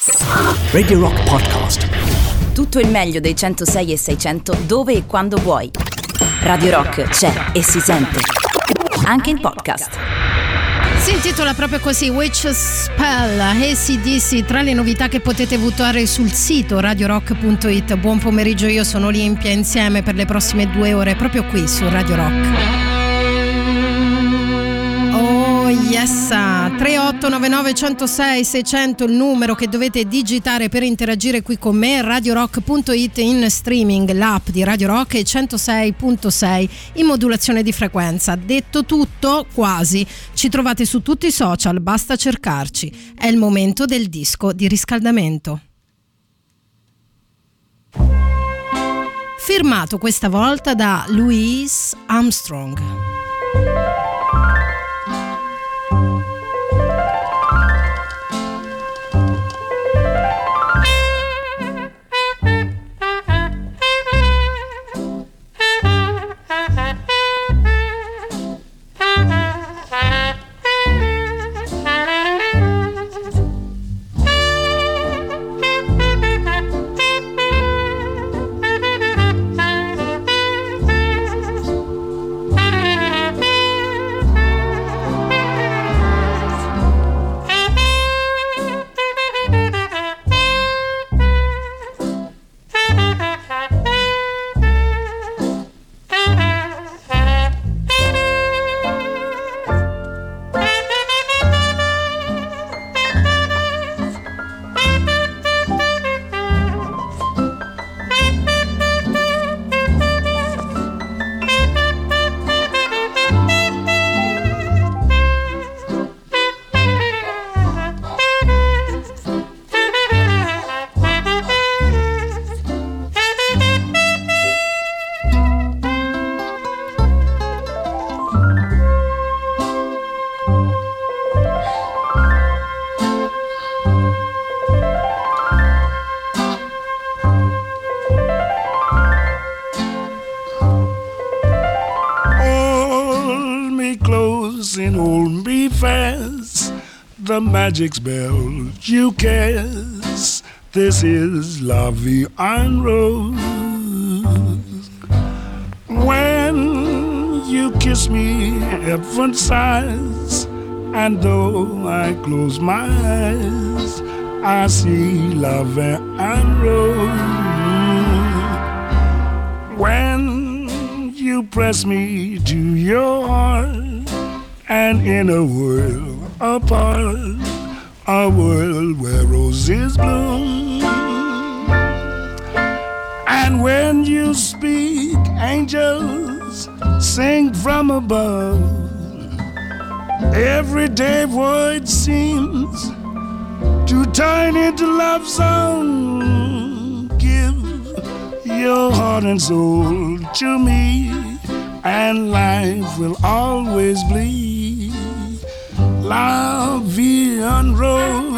Radio Rock Podcast. Tutto il meglio dei 106 e 600 dove e quando vuoi. Radio Rock c'è e si sente anche in podcast. Si intitola proprio così, Witch Spell, AC/DC, tra le novità che potete votare sul sito radiorock.it. Buon pomeriggio, io sono Olimpia, insieme per le prossime 2 ore proprio qui su Radio Rock. Oh yes, 3899 106 600 il numero che dovete digitare per interagire qui con me, radiorock.it in streaming, l'app di Radio Rock e 106.6 in modulazione di frequenza. Detto tutto, quasi, ci trovate su tutti i social, basta cercarci. È il momento del disco di riscaldamento. Firmato questa volta da Louis Armstrong. The magic spell you cast. This is La Vie en Rose. When you kiss me, heaven sighs, and though I close my eyes, I see La Vie en Rose. When you press me to your heart, and in a world apart, a world where roses bloom. And when you speak, angels sing from above. Everyday void seems to turn into love song. Give your heart and soul to me, and life will always be La Vie en Rose.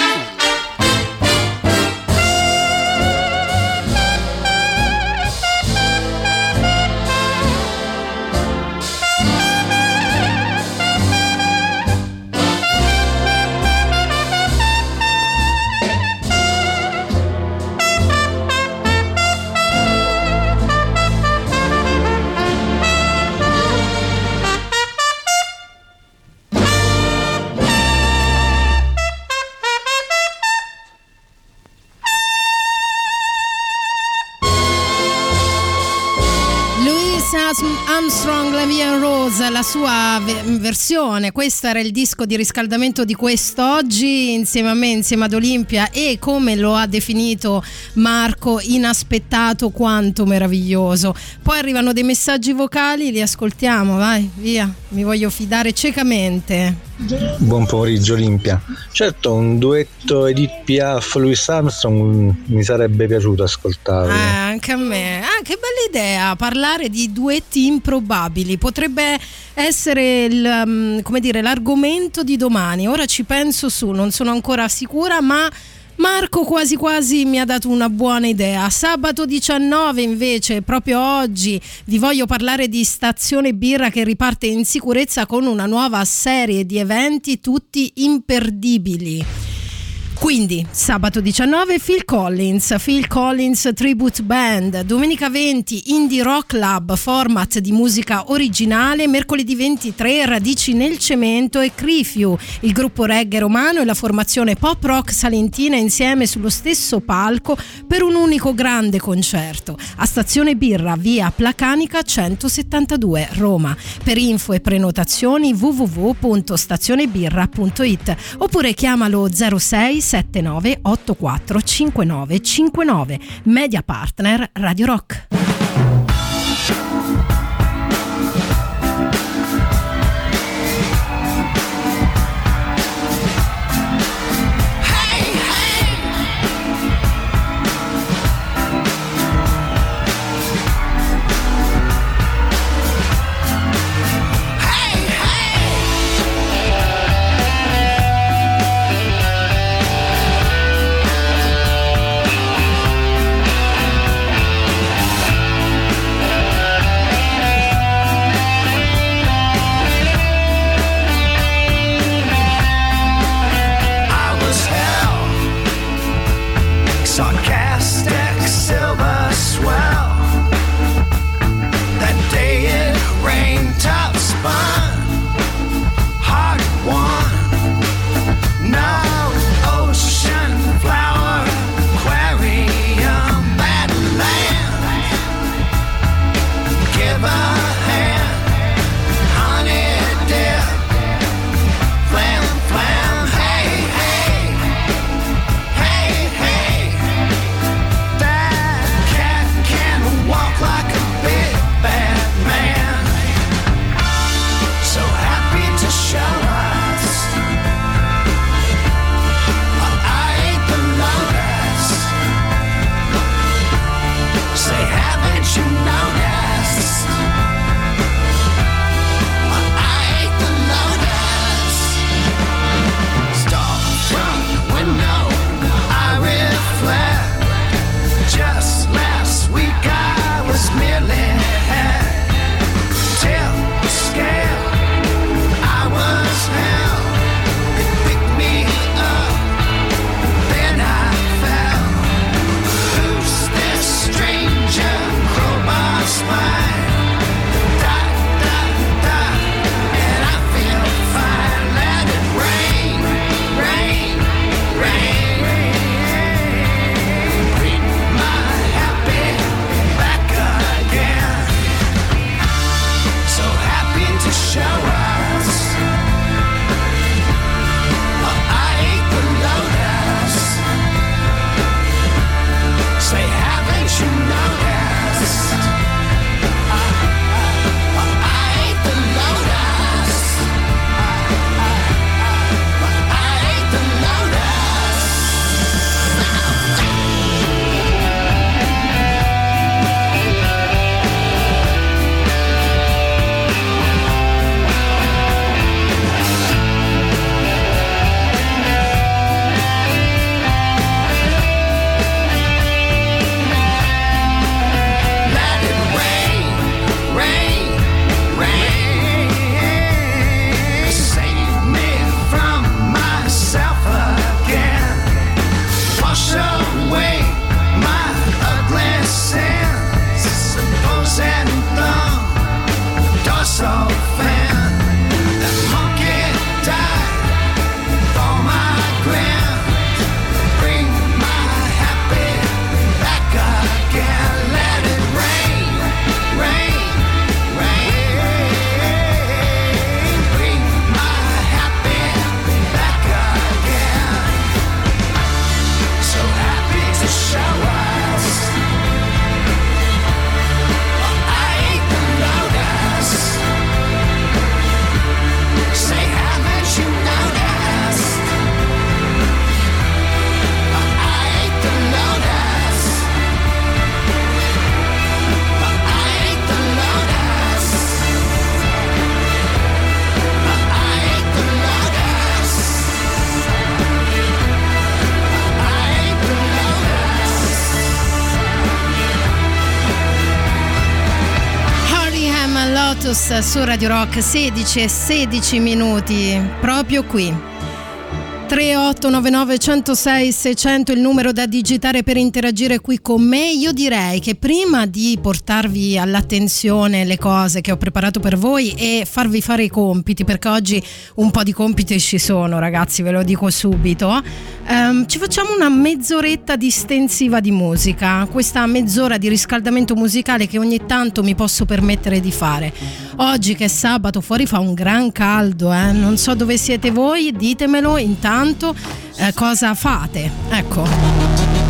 Armstrong, La Vie en Rose, la sua versione. Questo era il disco di riscaldamento di quest'oggi, insieme a me, insieme ad Olimpia, e come lo ha definito Marco, inaspettato quanto meraviglioso. Poi arrivano dei messaggi vocali, li ascoltiamo, vai, via, mi voglio fidare ciecamente. Buon pomeriggio Olimpia. Certo, un duetto Edith Piaf, Louis Armstrong mi sarebbe piaciuto ascoltare. Anche a me. Che bella idea, parlare di duetti improbabili. Potrebbe essere come dire, l'argomento di domani. Ora ci penso su, non sono ancora sicura, ma Marco quasi quasi mi ha dato una buona idea. Sabato 19 invece, proprio oggi, vi voglio parlare di Stazione Birra, che riparte in sicurezza con una nuova serie di eventi tutti imperdibili. Quindi sabato 19 Phil Collins Tribute Band, domenica 20 Indie Rock Club, format di musica originale, mercoledì 23 Radici nel cemento e Crifiu, il gruppo reggae romano e la formazione pop rock salentina insieme sullo stesso palco per un unico grande concerto a Stazione Birra, via Placanica 172 Roma. Per info e prenotazioni www.stazionebirra.it oppure chiamalo 06 79 84 59 59. Media partner Radio Rock. Su Radio Rock, 16 e 16 minuti, proprio qui. 3899 106 600 il numero da digitare per interagire qui con me. Io direi che prima di portarvi all'attenzione le cose che ho preparato per voi e farvi fare i compiti, perché oggi un po' di compiti ci sono, ragazzi, ve lo dico subito, ci facciamo una mezz'oretta distensiva di musica, questa mezz'ora di riscaldamento musicale che ogni tanto mi posso permettere di fare. Oggi che è sabato, fuori fa un gran caldo, non so dove siete voi, ditemelo intanto. Cosa fate? Ecco.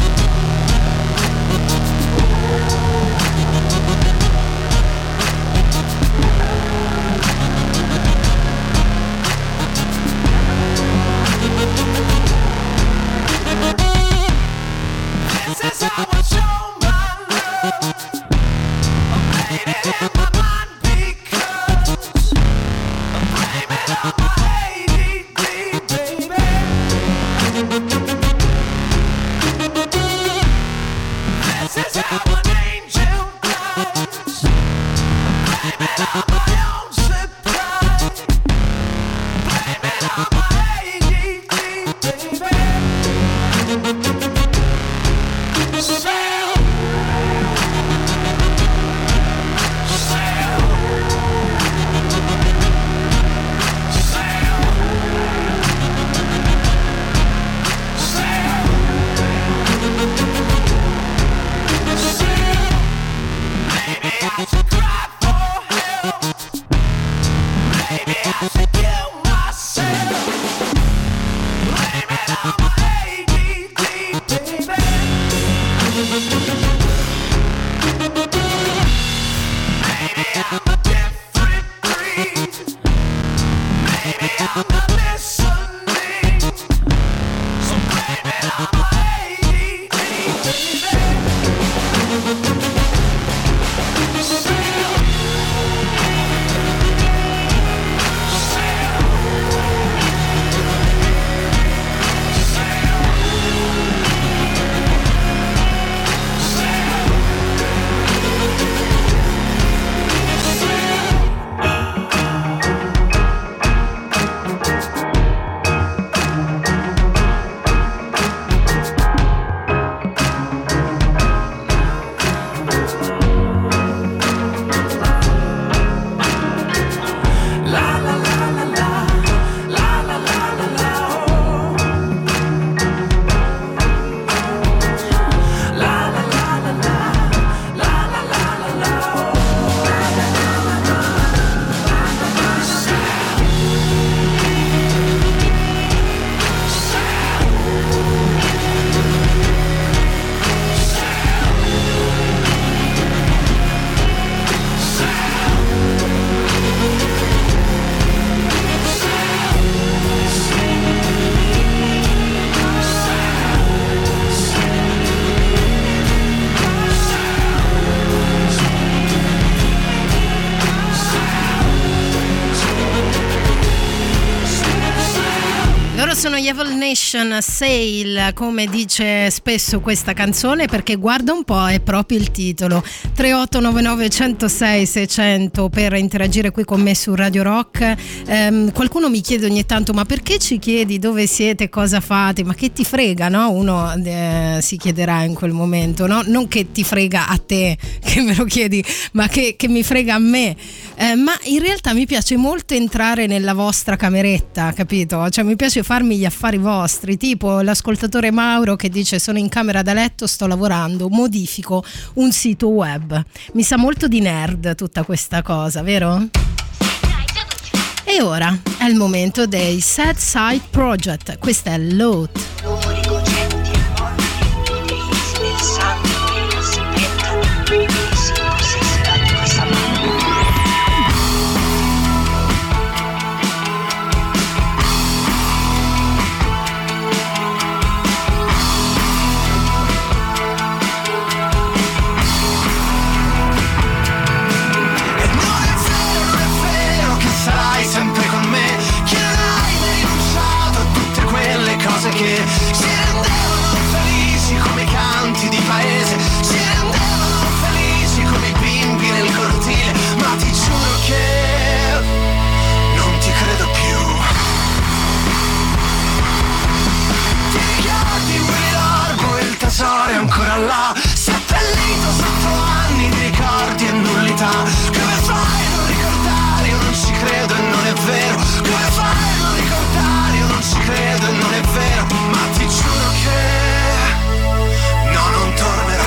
Sono gli Evil Nation, Sail, come dice spesso questa canzone, perché guarda un po', è proprio il titolo. 3899 106 600 per interagire qui con me su Radio Rock. Qualcuno mi chiede ogni tanto: ma perché ci chiedi dove siete, cosa fate? Ma che ti frega, no? Uno si chiederà in quel momento, no? Non che ti frega a te che me lo chiedi, ma che mi frega a me. Ma in realtà mi piace molto entrare nella vostra cameretta, capito? Cioè mi piace farmi gli affari vostri, tipo l'ascoltatore Mauro che dice: sono in camera da letto, sto lavorando, modifico un sito web. Mi sa molto di nerd tutta questa cosa, vero? E ora è il momento dei Sad Side Project. Questa è Lot. Che era là, seppellito sotto anni di ricordi e nullità. Come fai a non ricordare? Io non ci credo e non è vero. Come fai a non ricordare? Io non ci credo e non è vero. Ma ti giuro che no, non tornerò.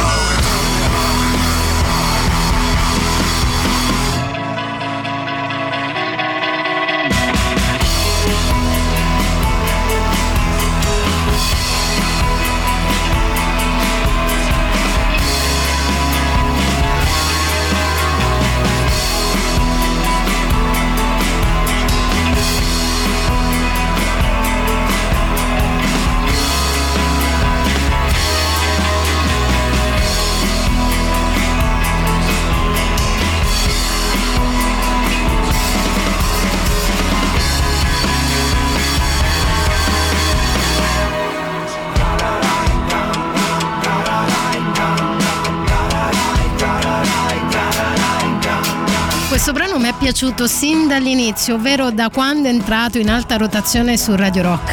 Questo brano mi è piaciuto sin dall'inizio, ovvero da quando è entrato in alta rotazione su Radio Rock.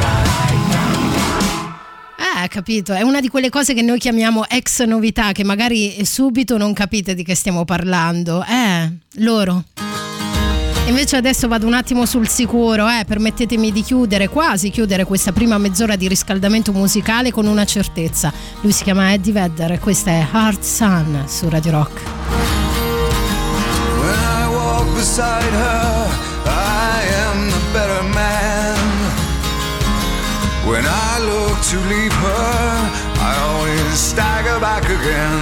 Capito, è una di quelle cose che noi chiamiamo ex novità, che magari subito non capite di che stiamo parlando. Loro. Invece adesso vado un attimo sul sicuro, permettetemi di quasi chiudere questa prima mezz'ora di riscaldamento musicale con una certezza. Lui si chiama Eddie Vedder e questa è Hard Sun su Radio Rock. When I walk beside her, I am the better man. When I look to leave her, I always stagger back again.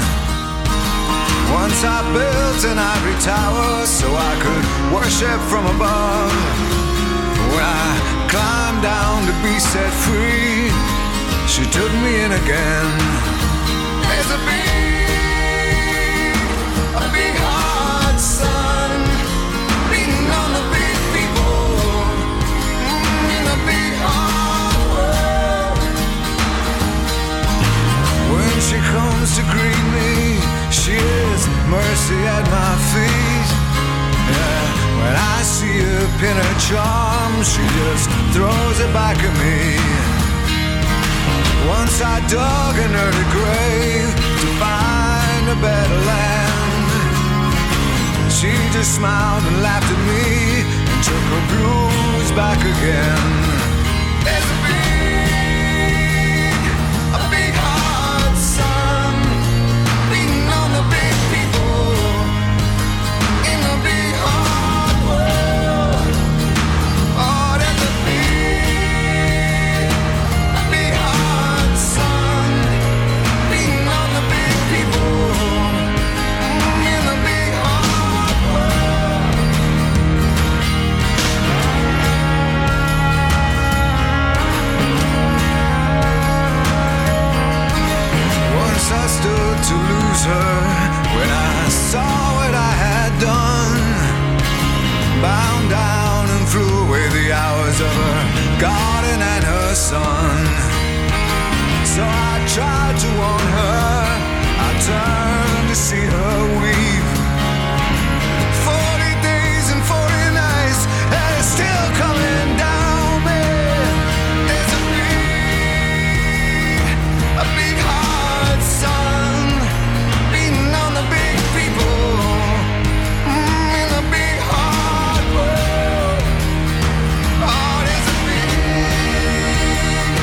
Once I built an ivory tower so I could worship from above. When I climbed down to be set free, she took me in again. There's a big hard sun beating on the big people in the big hard world. When she comes to greet me, she is mercy at my feet. Yeah, when I see her pin her charm, she just throws it back at me. Once I dug an early grave to find a better land. She just smiled and laughed at me and took her blues back again. There's a big hard sun beating on the big people in the big hard world. Oh, there's a big hard sun beating on the big people in the big hard world. Once I stood to lose her when I saw what I had done. Bound down and flew away the hours of her garden and her son. So I tried to warn her, I turned to see her weep. 40 days and 40 nights, and it's still coming down me. There's a big hard sun beating on the big people in the big hard world. Oh, there's a big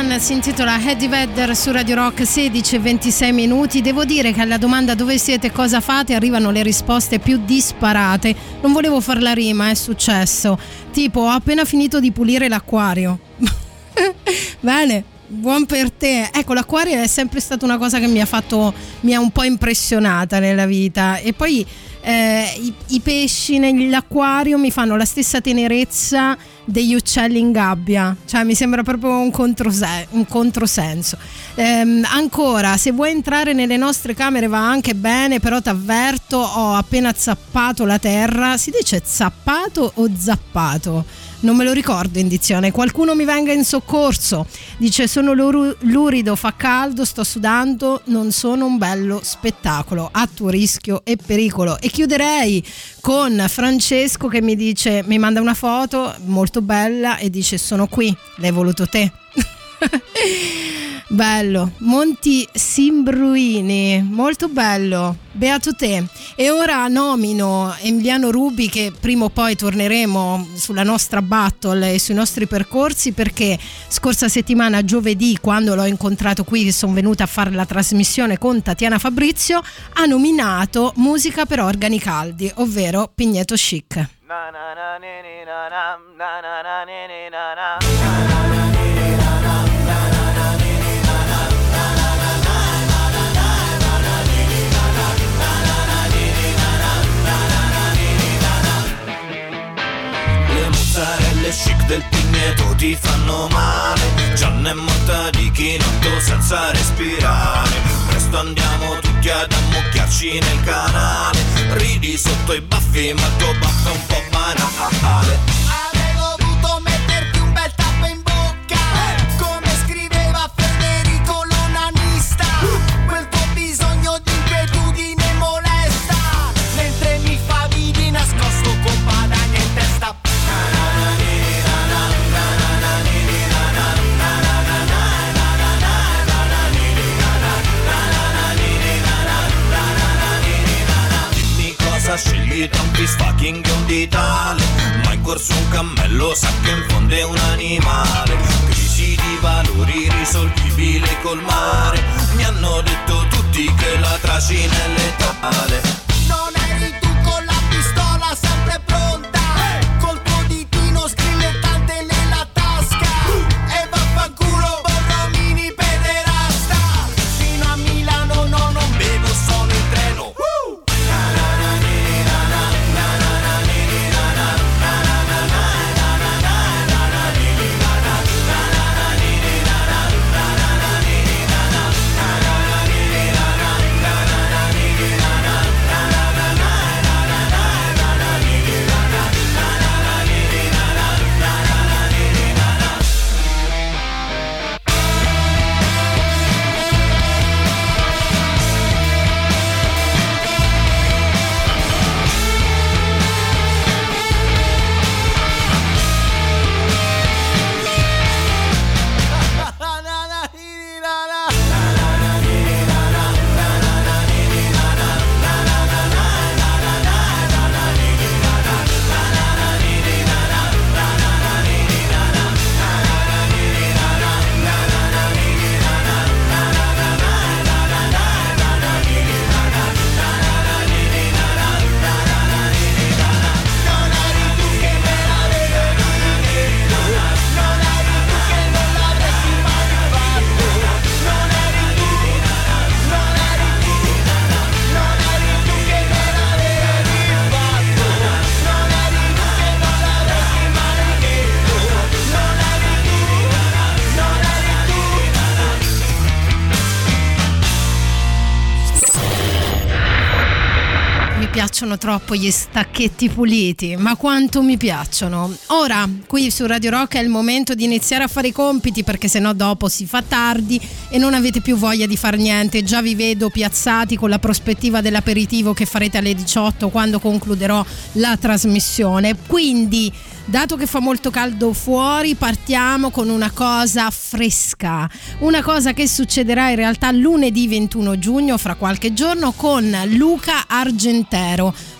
One si intitola Eddie Vedder su Radio Rock, 16:26 minuti. Devo dire che alla domanda dove siete e cosa fate arrivano le risposte più disparate. Non volevo far la rima, è successo. Tipo, ho appena finito di pulire l'acquario. Bene, buon per te. Ecco, l'acquario è sempre stata una cosa che mi ha un po' impressionata nella vita. E poi i pesci nell'acquario mi fanno la stessa tenerezza degli uccelli in gabbia, cioè mi sembra proprio un controsenso. Ancora, se vuoi entrare nelle nostre camere va anche bene, però t'avverto, ho appena zappato la terra. Si dice zappato o zappato? Non me lo ricordo in dizione, qualcuno mi venga in soccorso. Dice: sono lurido, fa caldo, sto sudando, non sono un bello spettacolo, a tuo rischio e pericolo. E chiuderei con Francesco che mi manda una foto molto bella e dice: sono qui, l'hai voluto te. Bello, Monti Simbruini, molto bello, beato te. E ora nomino Emiliano Rubi, che prima o poi torneremo sulla nostra battle e sui nostri percorsi, perché scorsa settimana giovedì, quando l'ho incontrato qui, sono venuta a fare la trasmissione con Tatiana Fabrizio, ha nominato Musica per organi caldi, ovvero Pigneto Chic. Mozzarelle chic del Pigneto ti fanno male. Gianna è morta di chinotto senza respirare. Presto andiamo tutti ad ammucchiarci nel canale. Ridi sotto i baffi ma il tuo baffo è un po' banale. Avevo voluto metterti un bel tappo in bocca, come scriveva Federico l'onanista. Quel tuo bisogno di inquietudine molesta, mentre mi favi di nascosto con padania in testa. Scegli tra un fucking e un ditale, ma in corso un cammello sa che in fondo è un animale. Crisi di valori risolvibile col mare. Mi hanno detto tutti che la tracina è letale. Non eri tu con la pistola sempre pronta, col tuo ditino sgrillettante nella tasca. E vaffanculo Borromini pederasta. Fino a Milano no, non bevo, sono in treno. piacciono troppo gli stacchetti puliti, ma quanto mi piacciono. Ora, qui su Radio Rock è il momento di iniziare a fare i compiti, perché sennò dopo si fa tardi e non avete più voglia di far niente. Già vi vedo piazzati con la prospettiva dell'aperitivo che farete alle 18 quando concluderò la trasmissione. Quindi, dato che fa molto caldo fuori, partiamo con una cosa fresca, una cosa che succederà in realtà lunedì 21 giugno, fra qualche giorno, con Luca Argentero.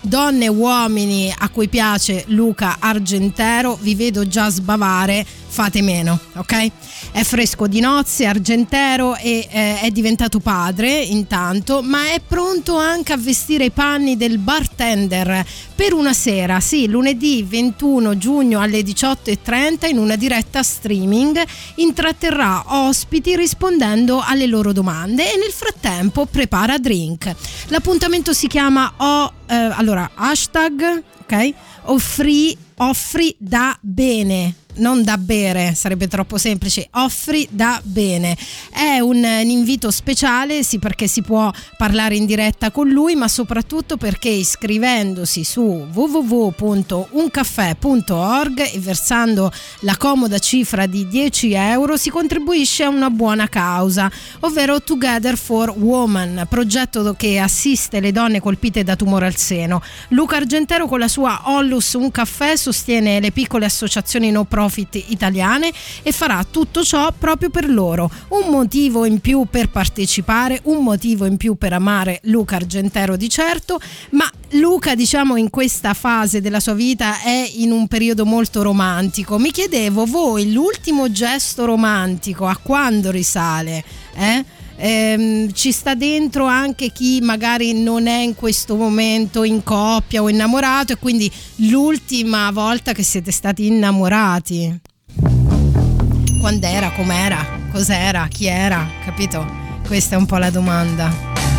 donne e uomini a cui piace Luca Argentero, vi vedo già sbavare, fate meno, ok? È fresco di nozze Argentero e è diventato padre intanto, ma è pronto anche a vestire i panni del bartender per una sera, sì, lunedì 21 giugno alle 18:30 in una diretta streaming intratterrà ospiti rispondendo alle loro domande e nel frattempo prepara drink. L'appuntamento si chiama hashtag, ok? Offri da bene, non da bere, sarebbe troppo semplice. Offri da bene. È un invito speciale, sì, perché si può parlare in diretta con lui, ma soprattutto perché iscrivendosi su www.uncaffè.org e versando la comoda cifra di 10 euro si contribuisce a una buona causa, ovvero Together for Women, progetto che assiste le donne colpite da tumore al seno. Luca Argentero con la sua Onlus Un Caffè sostiene le piccole associazioni no profit italiane e farà tutto ciò proprio per loro. Un motivo in più per partecipare, un motivo in più per amare Luca Argentero di certo, ma Luca, diciamo, in questa fase della sua vita è in un periodo molto romantico. Mi chiedevo, voi l'ultimo gesto romantico a quando risale? Ci sta dentro anche chi magari non è in questo momento in coppia o innamorato, e quindi l'ultima volta che siete stati innamorati quando era, com'era, cos'era, chi era, capito? Questa è un po' la domanda.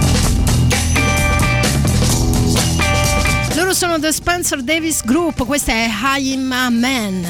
Loro sono The Spencer Davis Group, questa è High in My Man.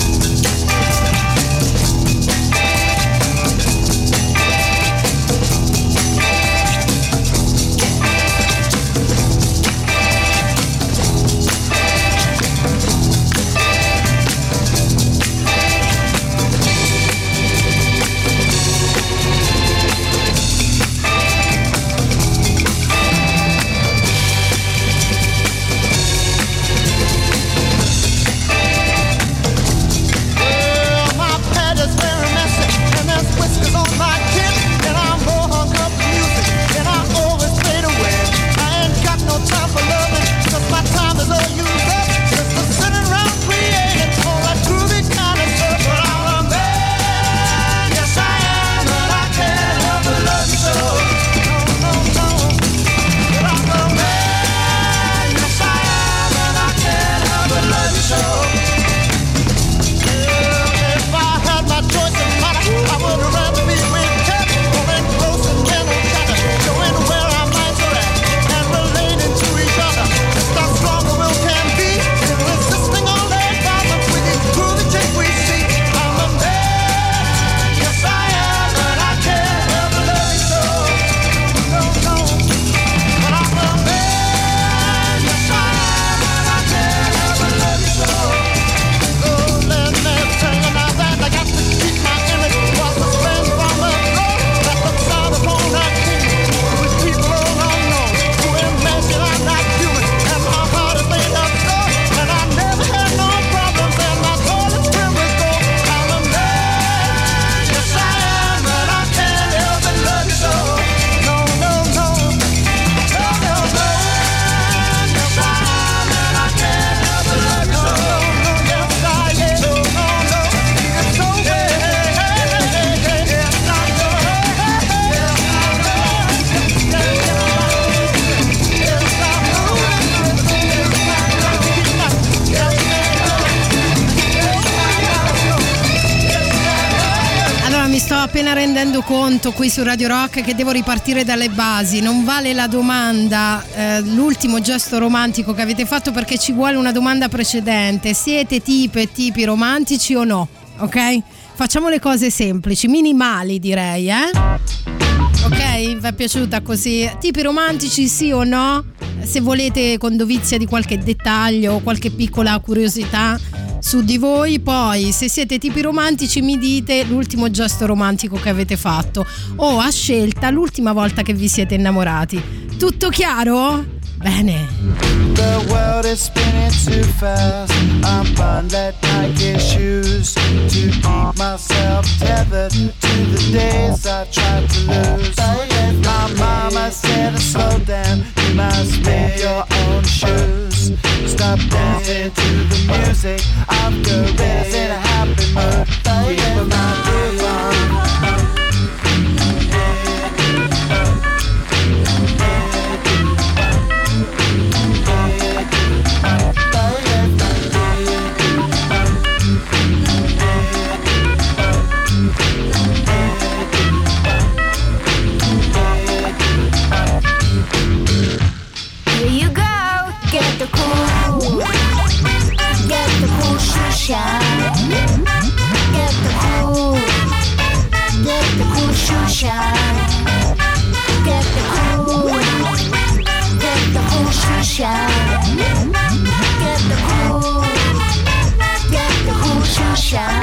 appena rendendo conto qui su Radio Rock che devo ripartire dalle basi. Non vale la domanda, l'ultimo gesto romantico che avete fatto, perché ci vuole una domanda precedente. Siete tipe e tipi romantici o no? Ok? Facciamo le cose semplici, minimali direi, ok? Vi è piaciuta così? Tipi romantici sì o no? Se volete con dovizia di qualche dettaglio o qualche piccola curiosità su di voi. Poi se siete tipi romantici mi dite l'ultimo gesto romantico che avete fatto, o a scelta l'ultima volta che vi siete innamorati. Tutto chiaro? Bene. The world is spinning too fast. I'm buying that Nike shoes to keep myself tethered to the days I tried to lose. My mama said to slow down, you must make your own shoes. stop dancing to the music of gorillas in a happy mood. Keep 'em out to fun. Get the cool shine. Get the cool shoe shine. Get the cool shoe shine. Get the cool shoe shine.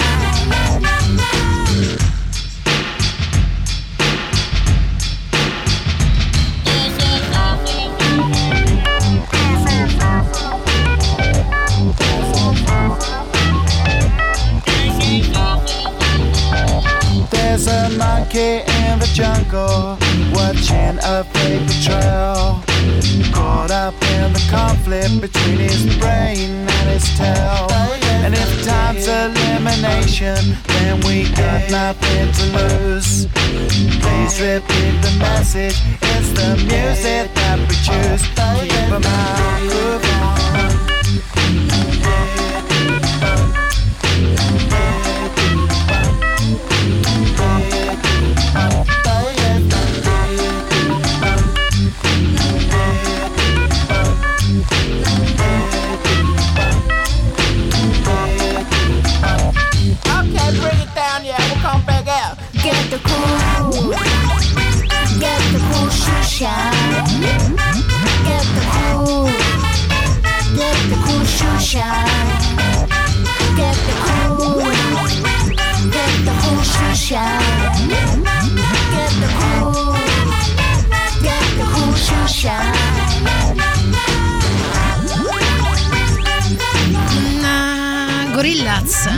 There's a monkey in the jungle, watching a paper trail. Caught up in the conflict between his brain and his tail. And if time's elimination, then we got nothing to lose. Please repeat the message, it's the music that we choose. Keep 'em out, groove on. Get the cool shoe shine. Get the cool shoe shine. Get the cool shoe shine. Get the cool shoe shine. Gorillaz.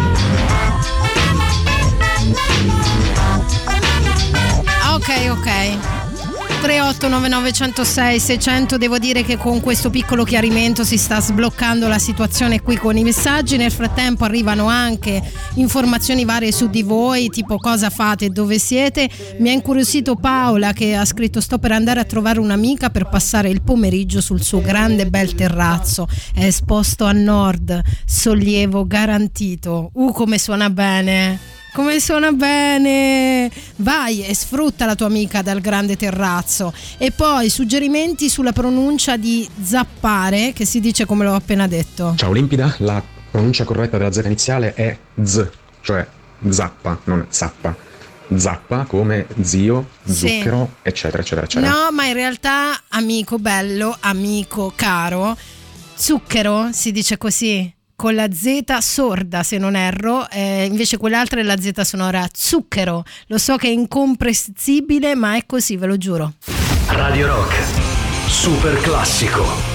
Ok. 3899 106 600. Devo dire che con questo piccolo chiarimento si sta sbloccando la situazione qui con i messaggi. Nel frattempo arrivano anche informazioni varie su di voi, tipo cosa fate e dove siete. Mi ha incuriosito Paola che ha scritto: sto per andare a trovare un'amica per passare il pomeriggio sul suo grande bel terrazzo, è esposto a nord, sollievo garantito. Come suona bene! Come suona bene! Vai e sfrutta la tua amica dal grande terrazzo. E poi suggerimenti sulla pronuncia di zappare, che si dice come l'ho appena detto. Ciao Limpida, la pronuncia corretta della Z iniziale è z, cioè zappa, non zappa. Zappa come zio, zucchero, sì, eccetera, eccetera, eccetera. No, ma in realtà, amico bello, amico caro, zucchero si dice così, con la Z sorda se non erro, invece quell'altra è la Z sonora, zucchero. Lo so che è incomprensibile, ma è così, ve lo giuro. Radio Rock, super classico.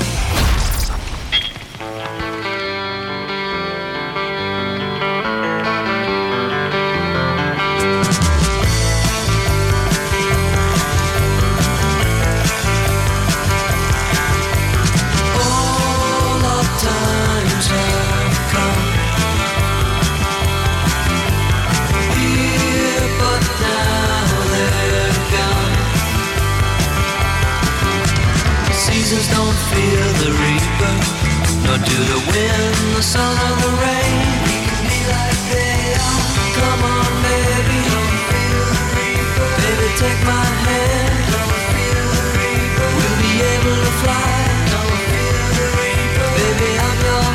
Don't fear the reaper, nor do the wind, the sun or the rain. We can be like they are. Come on, baby, don't feel the reaper. Baby, take my hand. Don't feel the reaper. We'll be able to fly. Don't feel the reaper. Baby, I'm your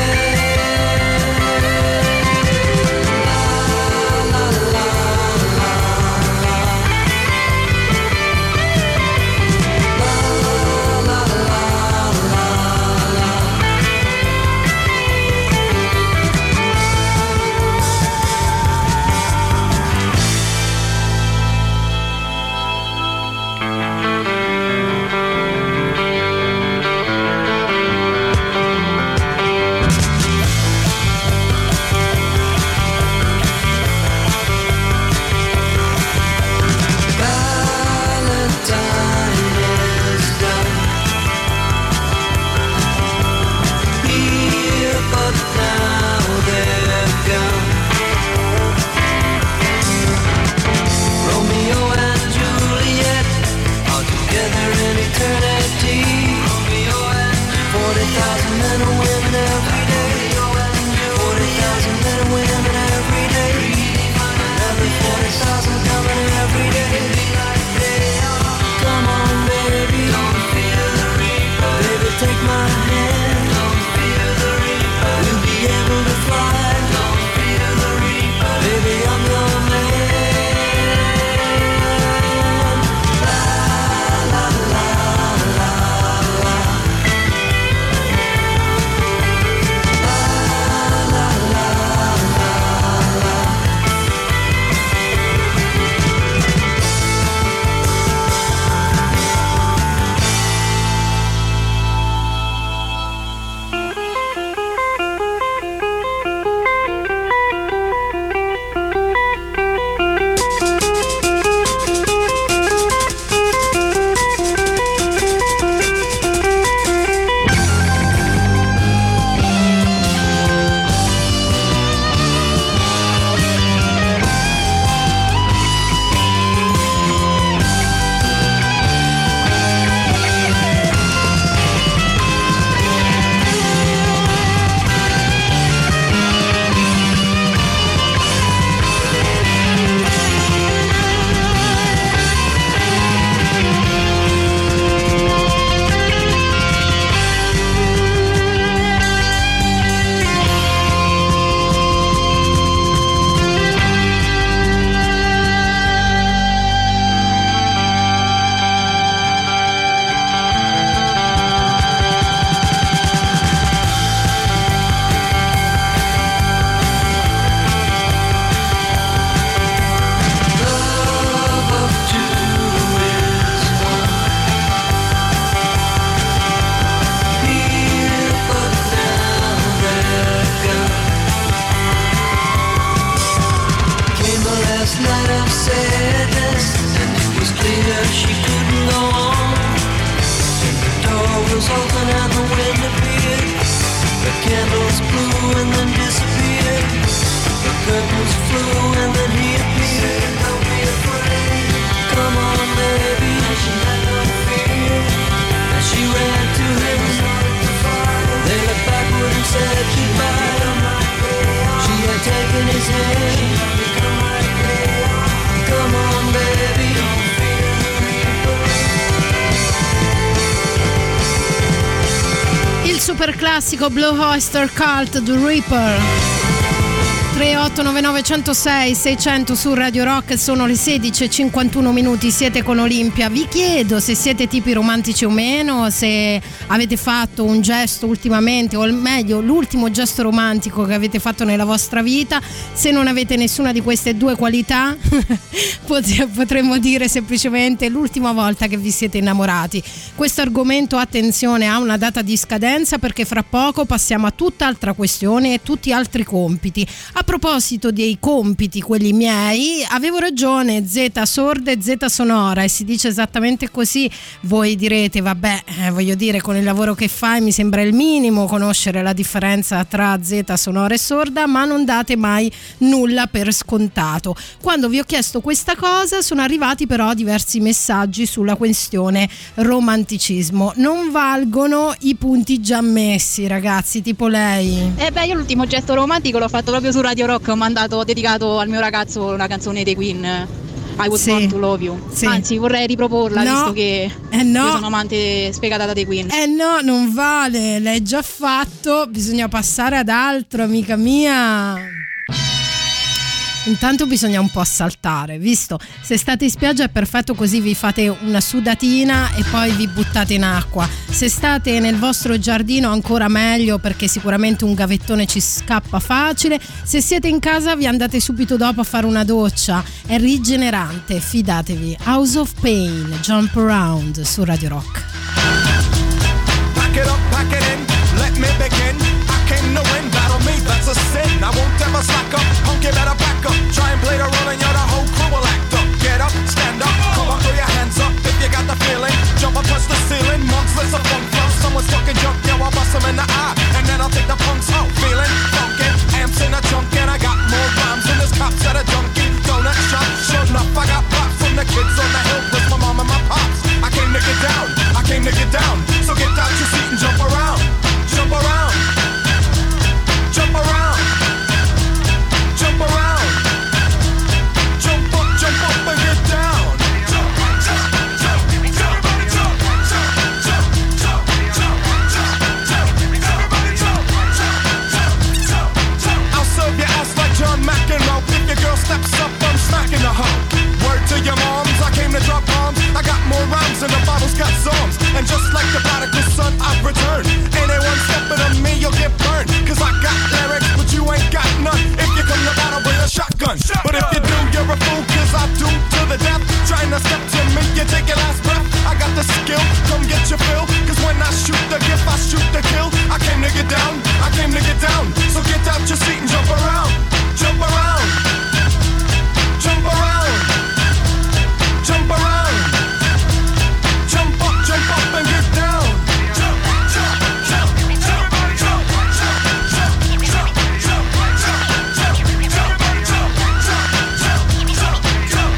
man. La la la la la. La clear she couldn't go on. The door was open and the wind appeared. The candles blew and then disappeared. The curtains flew and then he appeared. Don't be afraid, come on baby. She had no fear. And she ran to him. They looked backward and said goodbye. She had taken his hand. Come on baby. Il super classico Blue Oyster Cult The Reaper. 3899 106 600 su Radio Rock. Sono le 16:51, siete con Olimpia. Vi chiedo se siete tipi romantici o meno, se avete fatto un gesto ultimamente, o meglio l'ultimo gesto romantico che avete fatto nella vostra vita. Se non avete nessuna di queste due qualità potremmo dire semplicemente l'ultima volta che vi siete innamorati. Questo argomento, attenzione, ha una data di scadenza, perché fra poco passiamo a tutt'altra questione e tutti altri compiti. A proposito dei compiti, quelli miei, avevo ragione, Z sorda e Z sonora, e si dice esattamente così. Voi direte, vabbè, voglio dire, con il lavoro che fai mi sembra il minimo conoscere la differenza tra Z sonora e sorda, ma non date mai nulla per scontato. Quando vi ho chiesto questa cosa sono arrivati però diversi messaggi sulla questione romanticismo. Non valgono i punti già messi, ragazzi, tipo lei. Io l'ultimo gesto romantico l'ho fatto proprio su Radio Rock, ho dedicato al mio ragazzo una canzone dei Queen, I Was Born to Love You. Sì. Anzi, vorrei riproporla, visto che io sono amante sfegatata dei Queen. No, non vale, l'hai già fatto, bisogna passare ad altro, amica mia. Intanto bisogna un po' assaltare, visto? Se state in spiaggia è perfetto, così vi fate una sudatina e poi vi buttate in acqua. Se state nel vostro giardino ancora meglio, perché sicuramente un gavettone ci scappa facile. Se siete in casa vi andate subito dopo a fare una doccia, è rigenerante, fidatevi. House of Pain, Jump Around su Radio Rock. Pack it up, pack it in, let me begin. I came to win, battle me, that's a sin. I won't ever slack up, punk, you better back up. Try and play the role and you're the whole crew will act up. Get up, stand up, come on, throw your hands up if you got the feeling. Jump up, touch the ceiling, monks, let's a funk flow. Someone's fucking jump, yo, I'll bust them in the eye. And then I'll take the punks out, feeling funkin'. Amps in a trunk and I got more rhymes than this cops at a Dunkin' Donut shop. Sure enough, I got props from the kids on the hill with my mom and my pops. I came to get down, I came to get down. So get out your seat and jump around, jump around, jump around, jump around, jump up and get down. Jump, jump, jump, everybody jump, jump, jump, jump, jump, jump, jump, everybody jump, jump, jump, jump. I'll serve your ass like John McEnroe. If your girl steps up, I'm smacking the hoe. Word to your moms, I came to drop bombs. I got more rhymes than the Bible's got songs. And just like the prodigal son, I've returned. Anyone stepping on me, you'll get burned. Cause I got lyrics, but you ain't got none. If you come to battle, bring a shotgun. But if you do, you're a fool, cause I do to the death. Trying to step to me, you take your last breath. I got the skill, come get your fill. Cause when I shoot the gift, I shoot the kill. I came to get down, I came to get down. So get out your seat and jump around, jump around, jump around, jump around, jump up and get down. Jump, jump, jump, everybody jump, jump, jump, jump, jump, jump, jump, everybody jump, jump, jump, jump,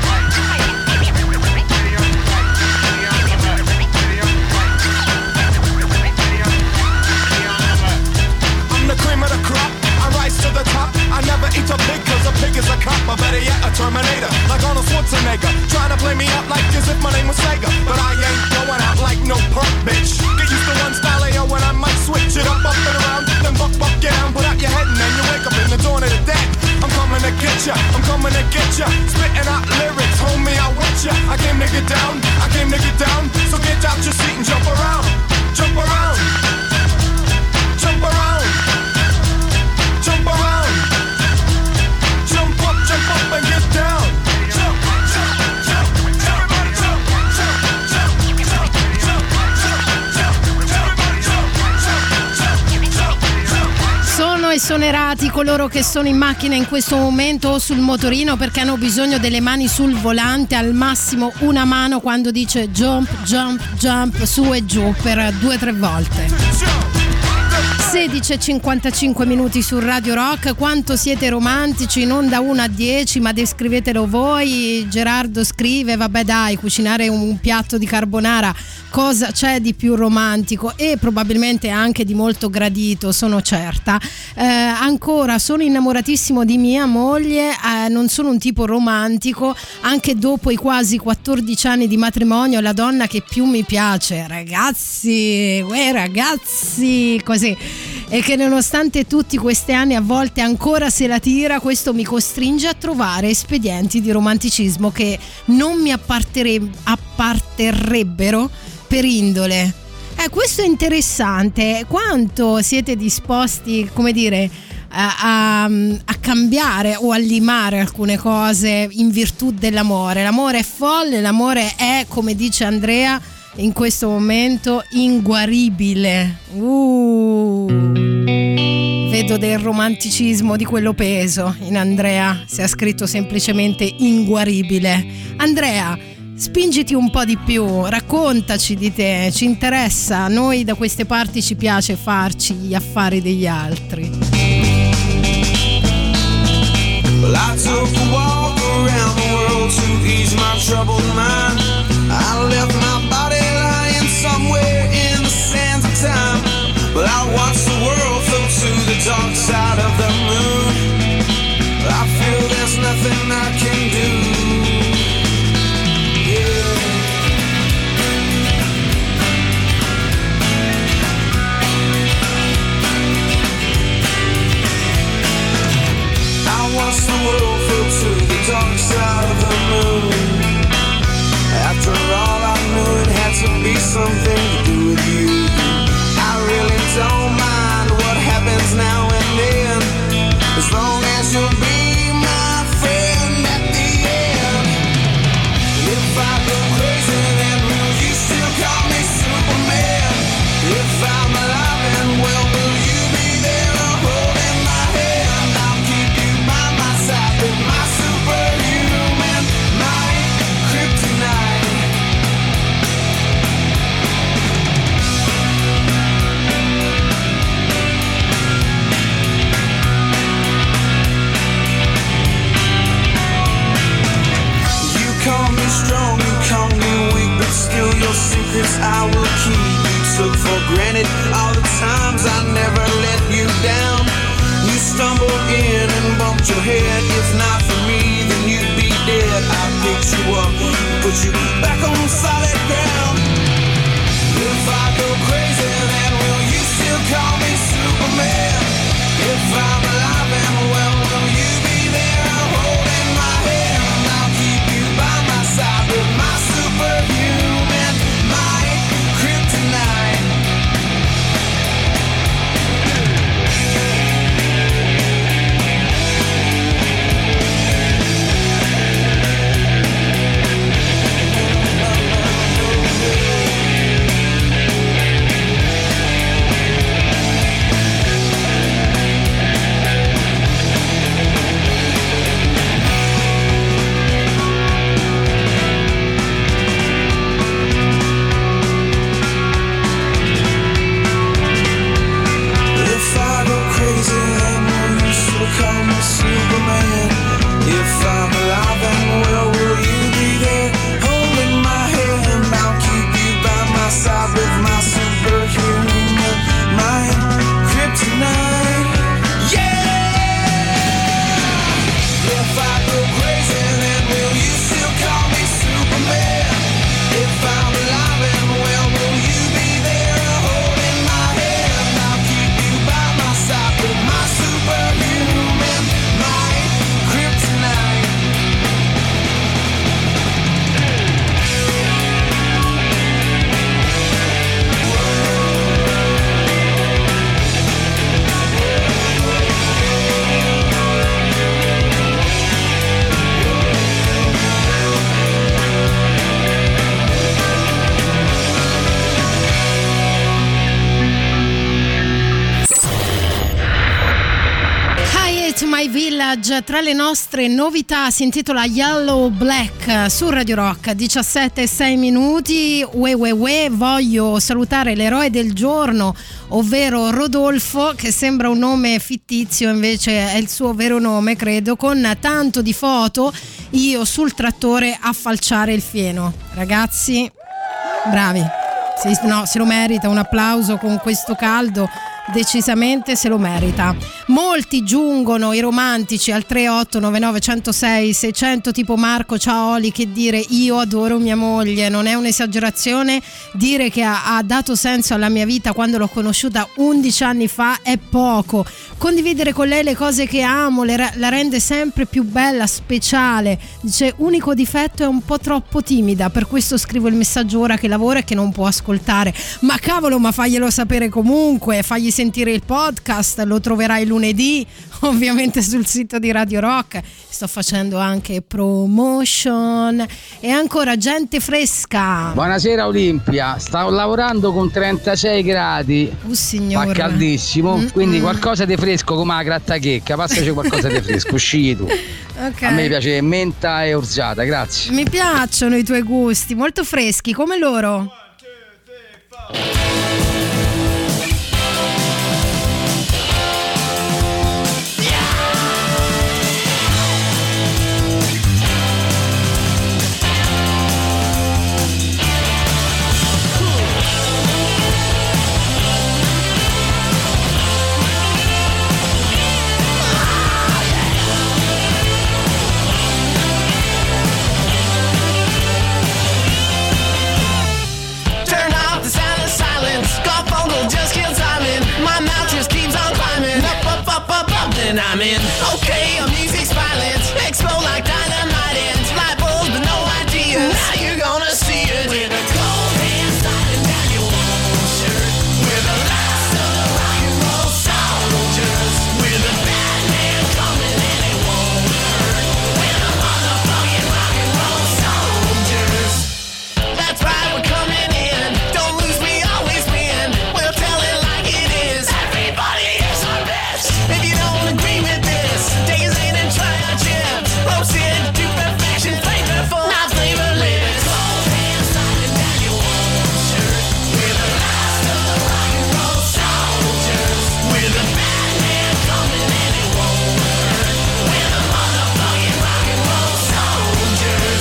I'm the cream of the crop, I rise to the top. I never eat a pig cause a pig is a cop. Or better yet, a Terminator, like Arnold Schwarzenegger. Trying to play me up like as if my name was Sega. But I ain't going out like no punk bitch. Get used to one style yo, when I might switch it up and around. Then buck, get down, put out your head and then you wake up in the dawn of the dead. I'm coming to get ya, I'm coming to get ya. Spitting out lyrics, homie, I want ya. I came to get down, I came to get down. So get out your seat and jump around, jump around, jump around, jump around, jump up and get down. Jump, jump, jump, everybody jump, jump, jump, jump, jump, jump, jump, everybody jump, jump, jump, jump, jump. Sono esonerati coloro che sono in macchina in questo momento o sul motorino, perché hanno bisogno delle mani sul volante, al massimo una mano quando dice jump, jump, jump, su e giù per 2-3 volte. 16:55 minuti su Radio Rock. Quanto siete romantici, non da 1 a 10, ma descrivetelo voi. Gerardo scrive: vabbè dai, cucinare un piatto di carbonara, cosa c'è di più romantico e probabilmente anche di molto gradito, sono certa. Ancora, sono innamoratissimo di mia moglie, non sono un tipo romantico, anche dopo i quasi 14 anni di matrimonio è la donna che più mi piace. Ragazzi, così. E che nonostante tutti questi anni a volte ancora se la tira, questo mi costringe a trovare espedienti di romanticismo che non mi apparterrebbero per indole. Questo è interessante. Quanto siete disposti, come dire, a cambiare o a limare alcune cose in virtù dell'amore? L'amore è folle, l'amore è, come dice Andrea in questo momento, inguaribile. Vedo del romanticismo di quello peso in Andrea, se ha scritto semplicemente inguaribile. Andrea, spingiti un po' di più, raccontaci di te, ci interessa, a noi da queste parti ci piace farci gli affari degli altri. Well, I took a walk around the world to ease my troubled mind. I left my body lying somewhere in the sands of time. But I watched the world float to the dark side of the moon. I feel there's nothing I can do. Yeah. I watched the world float to the dark side of the moon. After all, I knew it had to be something to do with you. I really don't mind what happens now and then, as long as you'll be my friend at the end. If I go crazy, then will you still call me Superman? If I'm alive and well, will you be there holding my hand? I'll keep you by my side with my superhuman might, kryptonite. Call me strong, you call me weak, but still your secrets I will keep. You took for granted all the times I never let you down. You stumbled in and bumped your head. If not for me, then you'd be dead. I picked you up, put you back on solid ground. If I go crazy, then will you still call me Superman? If I'm alive and well, will you be there holding my hand? I'll keep you by my side with my superhuman might, kryptonite. Garage tra le nostre novità, si intitola Yellow Black su Radio Rock, 17:06. Voglio salutare l'eroe del giorno, ovvero Rodolfo, che sembra un nome fittizio, invece è il suo vero nome, credo, con tanto di foto io sul trattore a falciare il fieno. Ragazzi, bravi. No, se lo merita un applauso con questo caldo. Decisamente se lo merita. Molti giungono, i romantici, al 3899 106 600, tipo Marco: ciao Oli, che dire, io adoro mia moglie, non è un'esagerazione dire che ha dato senso alla mia vita quando l'ho conosciuta 11 anni fa, è poco. Condividere con lei le cose che amo la rende sempre più bella, speciale. Dice: unico difetto, è un po' troppo timida, per questo scrivo il messaggio ora che lavora e che non può ascoltare. Ma cavolo, ma faglielo sapere comunque, fagli sentire il podcast, lo troverai lunedì ovviamente sul sito di Radio Rock. Sto facendo anche promotion. E ancora gente fresca. Buonasera Olimpia, stavo lavorando con 36 gradi, signore, fa caldissimo, quindi qualcosa di fresco come la grattachecca, passaci qualcosa di fresco, scegli tu. Okay. A me piace menta e orziata, grazie. Mi piacciono i tuoi gusti, molto freschi come loro. And I'm in. Okay, music's violence, explode like dynamite ends, light bulbs but no ideas. Now you're gonna see it with a cold hand sliding down your old shirt. We're the last of the rock and roll soldiers. We're the bad man coming and it won't hurt. We're the motherfucking rock and roll soldiers. That's right, we're coming in. Don't lose, we always win. We'll tell it like it is. Everybody is our best. If you don't agree with this, days in and try our chips. Roasted to perfection, flavorful, not flavorless. Cold hands sliding down your old shirt. We're the last of the rock and roll soldiers. We're the bad man coming and it won't hurt. We're the motherfucking rock and roll soldiers.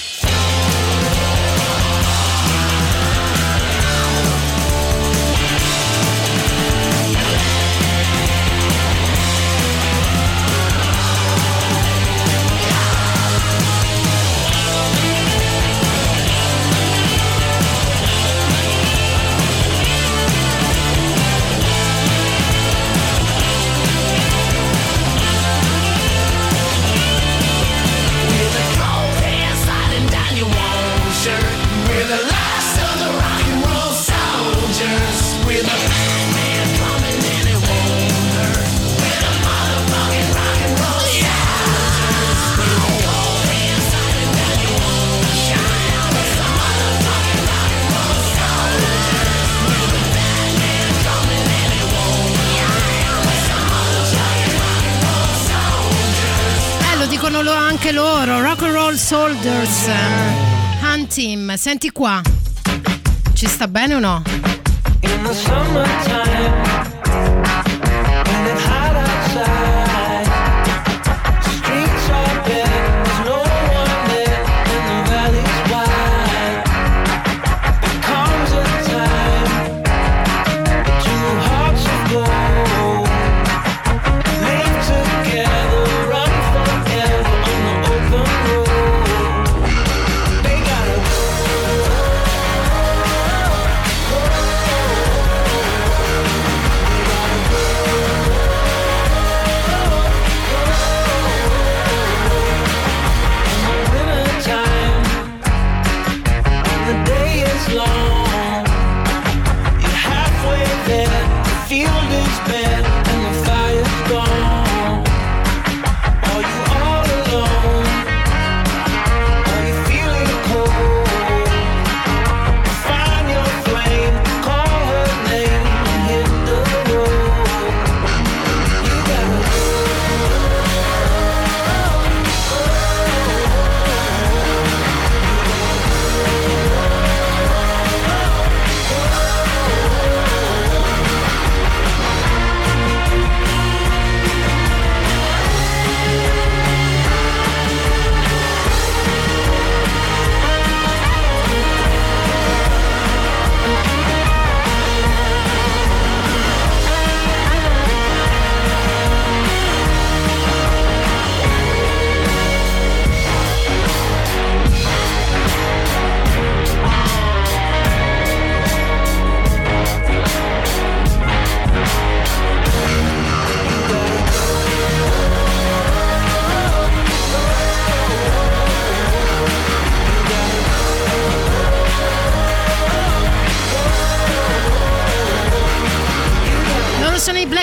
We're the last of the rock and roll soldiers. We're the bad man coming and it won't hurt. We're the motherfucking rock and roll soldiers. We're the cold hand sliding down your wall. Shine. We're the motherfucking rock and roll soldiers. We're the bad man coming and it won't hurt. We're the motherfucking rock and roll soldiers. Lo dicono anche loro, rock and roll soldiers. Team, senti qua, ci sta bene o no? In the summertime, when it's hot outside, streets are bare, there's no one there, and the valley's wide. There comes a time, the two hearts will go, live together, run forever on the open road.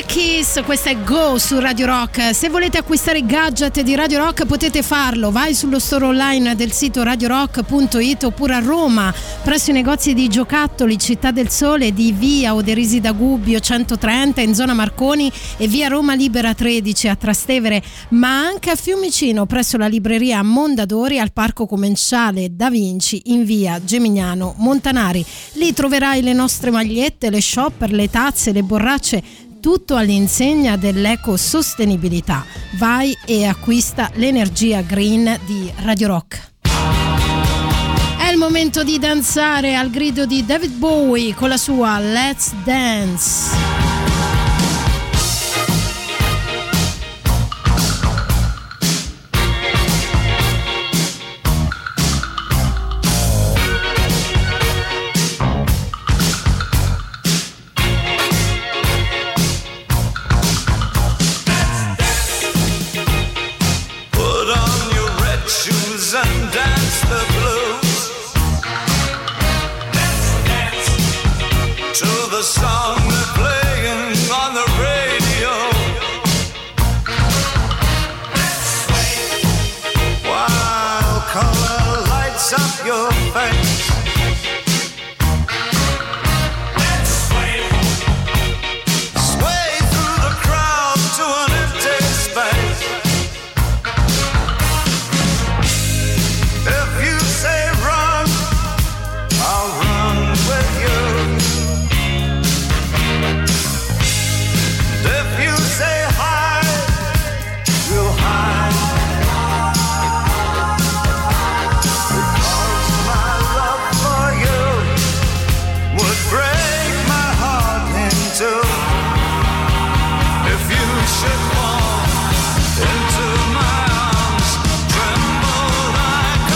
Kiss, questa è Go su Radio Rock. Se volete acquistare i gadget di Radio Rock potete farlo, vai sullo store online del sito radiorock.it oppure a Roma presso i negozi di giocattoli Città del Sole di via Oderisi da Gubbio 130 in zona Marconi e via Roma Libera 13 a Trastevere, ma anche a Fiumicino presso la libreria Mondadori al Parco Commerciale Da Vinci in via Gemignano Montanari. Lì troverai le nostre magliette, le shopper, le tazze, le borracce, tutto all'insegna dell'ecosostenibilità. Vai e acquista l'energia green di Radio Rock. È il momento di danzare al grido di David Bowie con la sua Let's Dance. The song they're playing on the radio. Let's sway while color lights up your face. Let's sway through the crowd to an empty space. If you say run, I'll run with you. If you say hide, we'll hide. Because my love for you would break my heart in two. If you should fall into my arms, tremble like a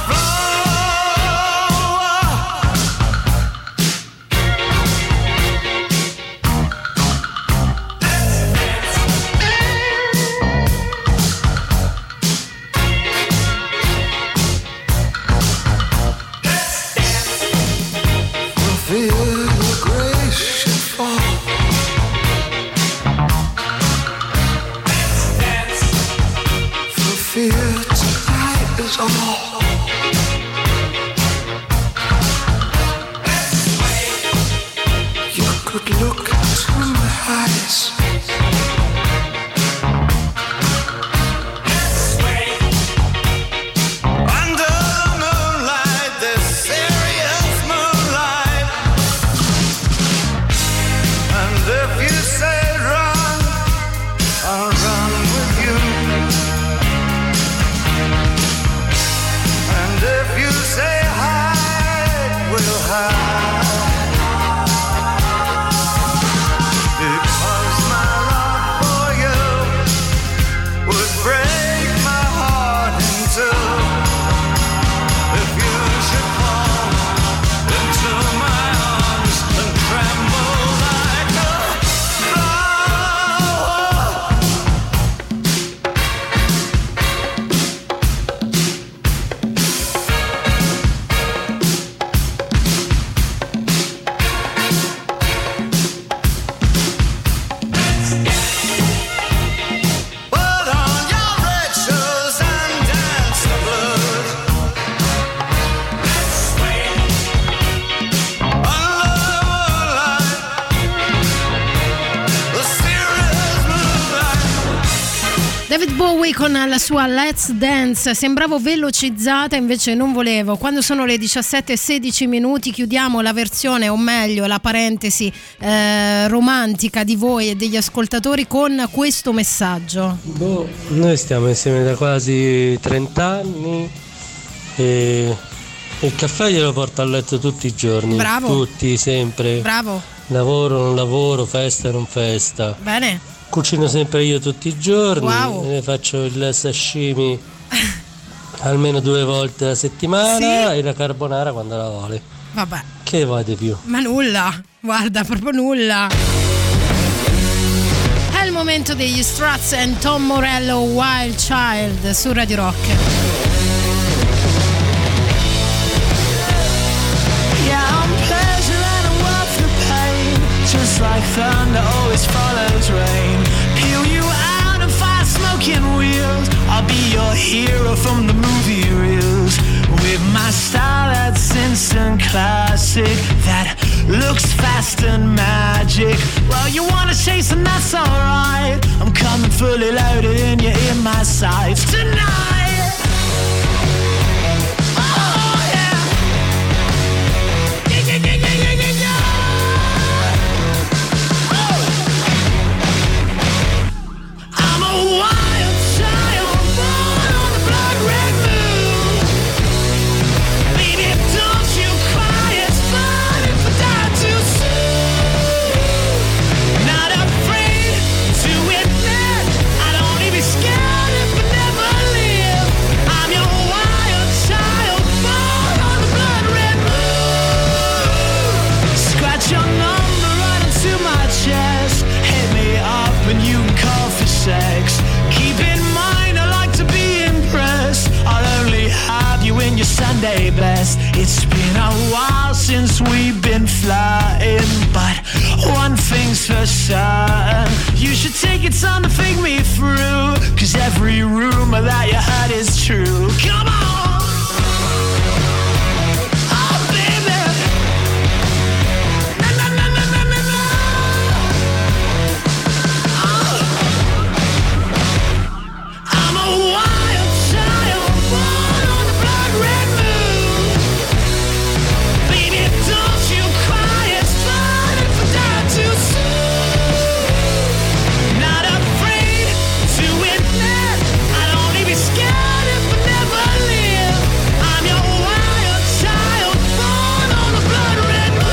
David Bowie con la sua Let's Dance. Sembravo velocizzata, invece non volevo. Quando sono le 17:16 chiudiamo la versione, o meglio la parentesi romantica di voi e degli ascoltatori con questo messaggio. Noi stiamo insieme da quasi 30 anni e il caffè glielo porto a letto tutti i giorni. Bravo. Tutti, sempre. Bravo. Lavoro, non lavoro, festa, non festa. Bene. Cucino sempre io tutti i giorni. Wow. Ne faccio il sashimi almeno 2 volte a settimana, sì? E la carbonara quando la vuole. Vabbè. Che vuoi di più? Ma nulla, guarda, proprio nulla. È il momento degli Struts and Tom Morello, Wild Child su Radio Rock. Yeah, I'm pleasure and I'm worth the pain. Just just like thunder always follows rain. Peel you out of fire smoking wheels. I'll be your hero from the movie reels. With my style that's instant classic, that looks fast and magic. Well, you wanna chase and that's alright. I'm coming fully loaded and you're in my sights tonight. Oh yeah. Yeah, yeah, yeah, yeah, yeah, yeah, yeah. Oh. I'm a wild child born on the blood red moon. Baby, don't you cry, it's fine if I die too soon. Not afraid to admit I'd only be scared if I never live. I'm your wild child born on the blood red moon. Scratch your number right into my chest. Hit me up and you can call for sex. Keep in mind I like to be impressed. I'll only have you in your Sunday best. It's been a while since we've been flying, but one thing's for certain, you should take your time to think me through, 'cause every rumor that you heard is true. Come on! Oh baby! Na, na, na, na, na, na, na. Oh. I'm a wild child born on the blood red moon. Baby, don't you cry, it's fine if I die too soon. Not afraid to admit I'd only be scared if I never live. I'm your wild child born on the blood red moon.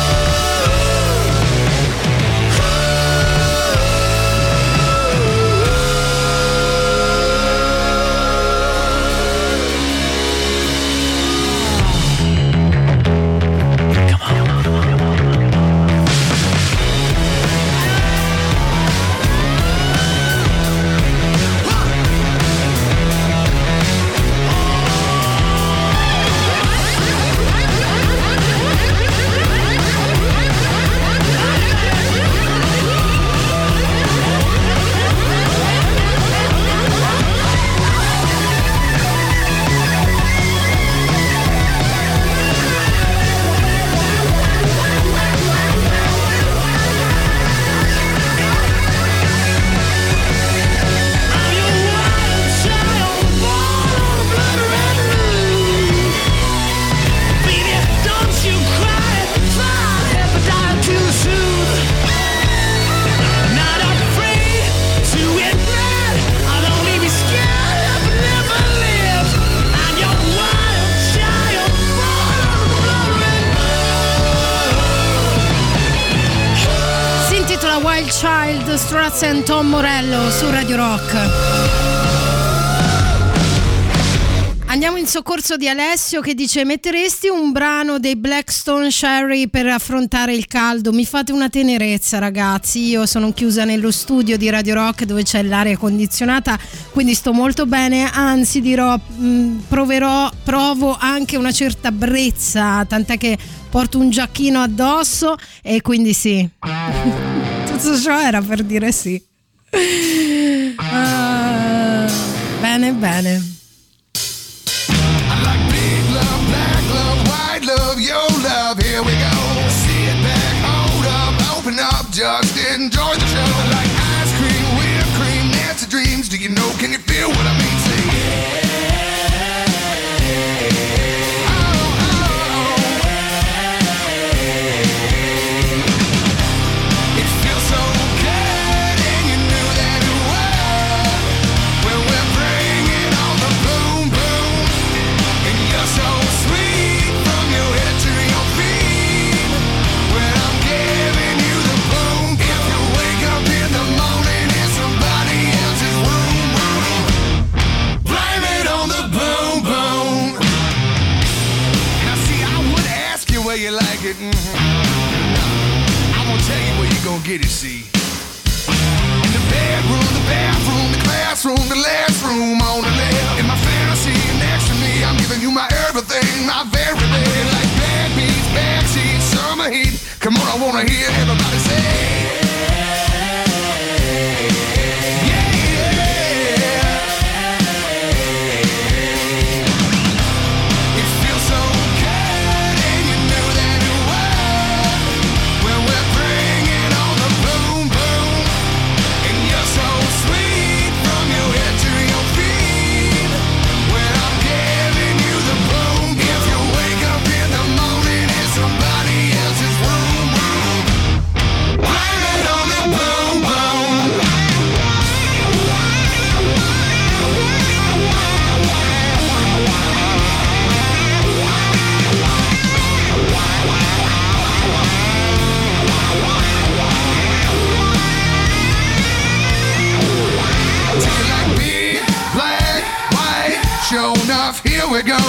Baby, don't you cry, fine if I die too soon. Not afraid to admit I'll only be scared if I never live. I'm your wild child born on the blood red moon. Si intitola Wild Child, Struts and Tom Morello su Radio Rock. Andiamo in soccorso di Alessio che dice: metteresti un brano dei Blackstone Cherry per affrontare il caldo? Mi fate una tenerezza, ragazzi. Io sono chiusa nello studio di Radio Rock dove c'è l'aria condizionata, quindi sto molto bene, anzi dirò provo anche una certa brezza, tant'è che porto un giacchino addosso e quindi sì. Tutto ciò era per dire sì. Bene, bene. Love, your love, here we go. Sit back, hold up, open up, just enjoy the show. Like ice cream, whipped cream, that's dreams. Do you know, can you feel what I mean? Say yeah. It feels so good and you knew that it would. When we're bringing on the boom boom, and you're so sweet from your head to your feet. When I'm giving you the boom, if you wake up in the morning in somebody else's room, blame it on the boom boom. Now see, I would ask you where you like it. I'm gonna tell you where you gonna get it. See, in the bedroom, the bathroom, the classroom, the last room on the left. In my fantasy next to me, I'm giving you my everything, my very best. Like bad beats, bad seats, summer heat. Come on, I wanna hear everybody say sure enough, here we go.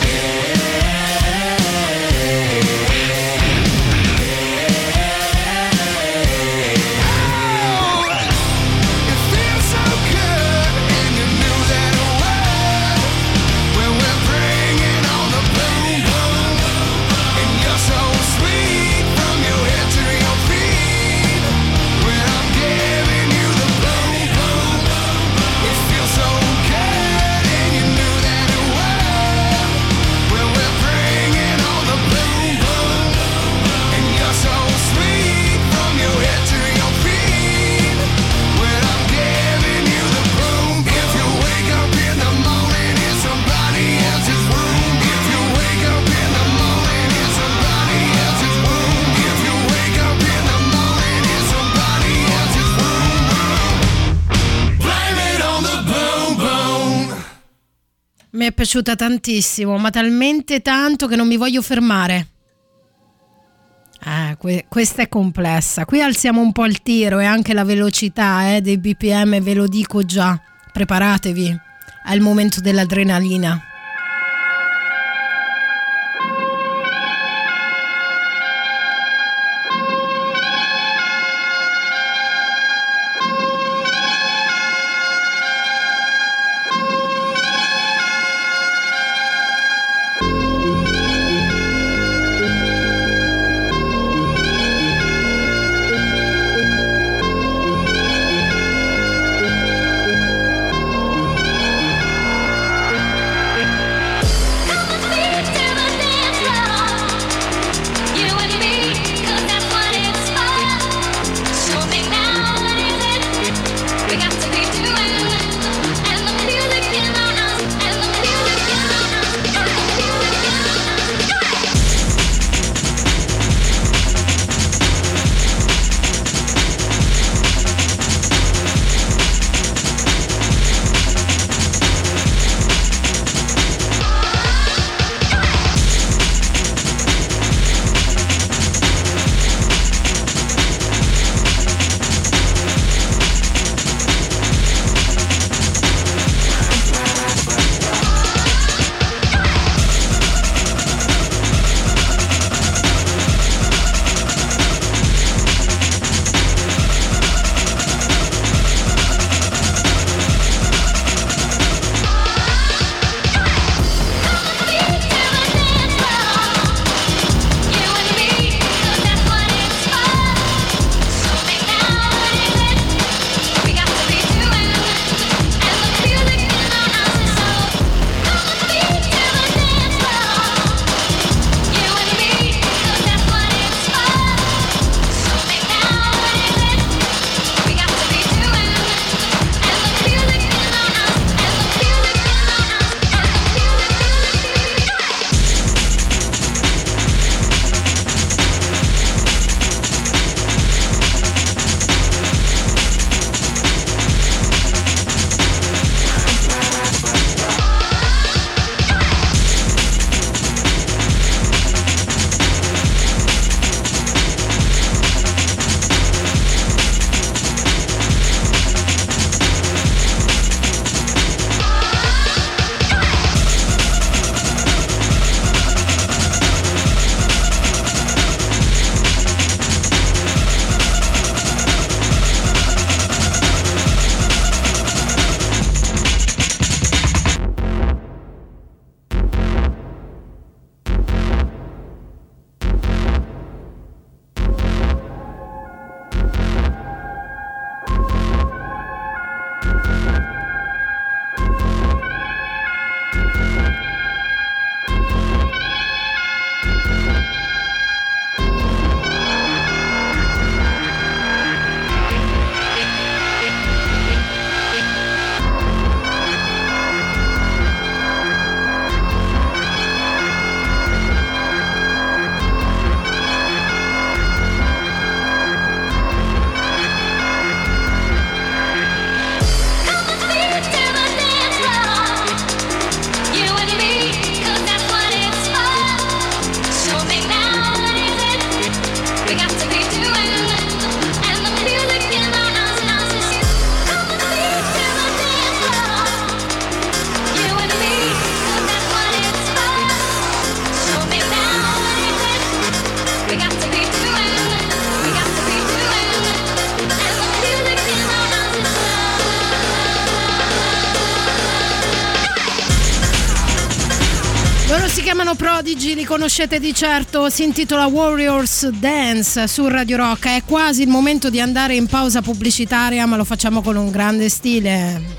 Mi è piaciuta tantissimo, ma talmente tanto che non mi voglio fermare. Questa è complessa. Qui alziamo un po' il tiro e anche la velocità dei BPM, ve lo dico già. Preparatevi, è il momento dell'adrenalina. Loro si chiamano Prodigy, li conoscete di certo, si intitola Warriors Dance su Radio Rock. È quasi il momento di andare in pausa pubblicitaria, ma lo facciamo con un grande stile.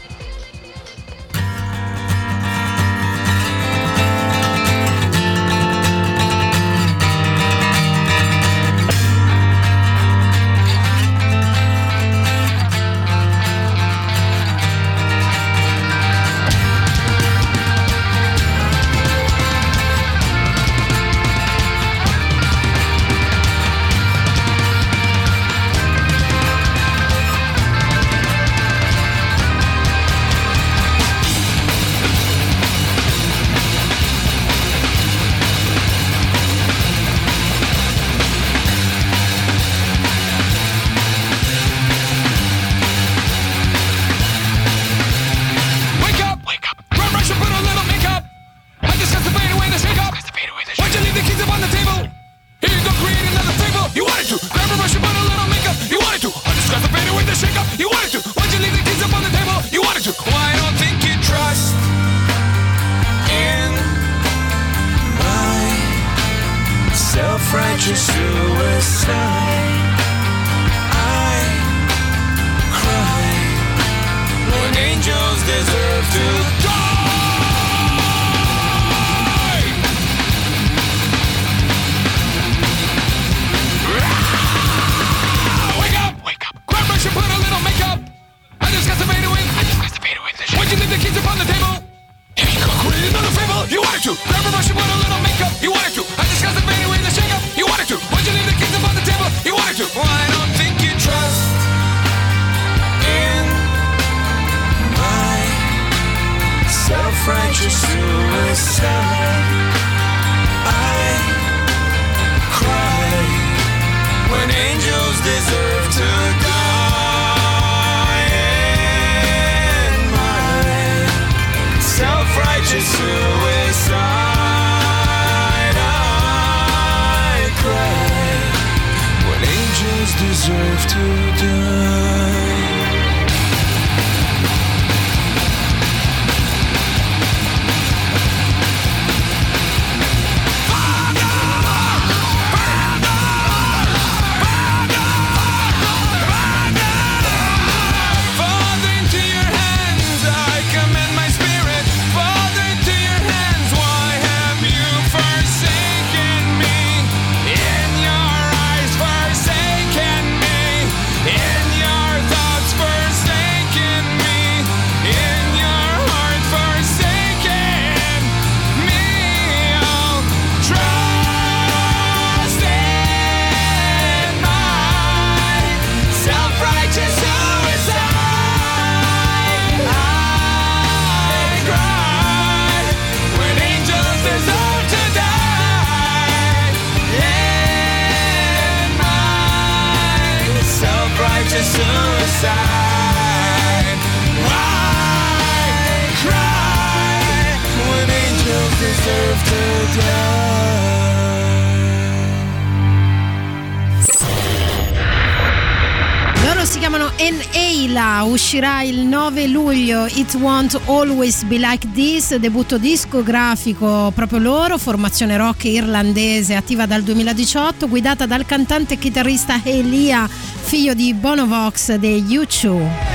Uscirà il 9 luglio It Won't Always Be Like This, debutto discografico proprio loro, formazione rock irlandese attiva dal 2018, guidata dal cantante e chitarrista Elia, figlio di Bono Vox dei U2.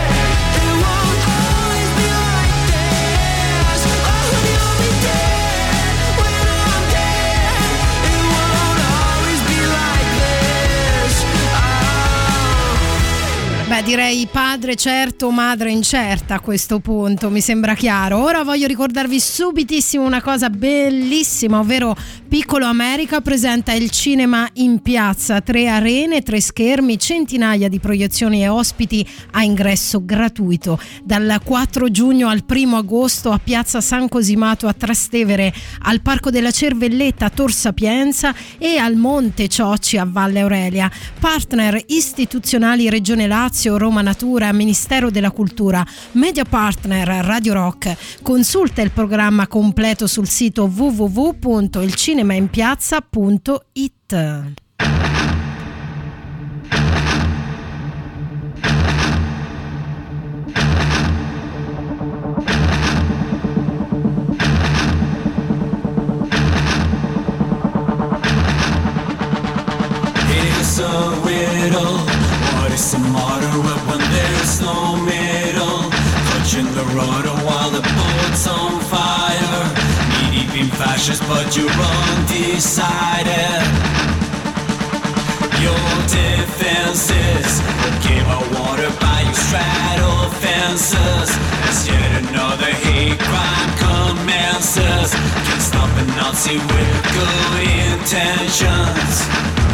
Direi padre certo, madre incerta a questo punto, mi sembra chiaro. Ora voglio ricordarvi subitissimo una cosa bellissima, ovvero Piccolo America presenta il cinema in piazza, 3 arene, 3 schermi, centinaia di proiezioni e ospiti a ingresso gratuito. Dal 4 giugno al 1 agosto a Piazza San Cosimato a Trastevere, al Parco della Cervelletta a Tor Sapienza e al Monte Ciocci a Valle Aurelia. Partner istituzionali Regione Lazio, Roma Natura, Ministero della Cultura, Media Partner Radio Rock. Consulta il programma completo sul sito www.ilcinemainpiazza.it. middle. What is the motto when there's no middle? Clutching the rudder while the boat's on fire. Knee deep in fascists, but you're undecided. Your defenses came out water by your straddle fences. As yet another hate crime commences. Can't stop a Nazi with good intentions.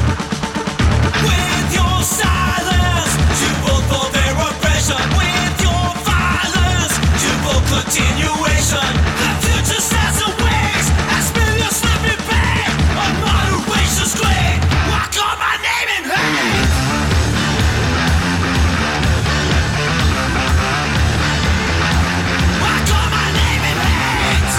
With your silence, you vote for their oppression. With your violence, you vote continuation. The future stands in waste as millions live in pain. A modern racist claim. Why call my name in vain? Why call my name in hate?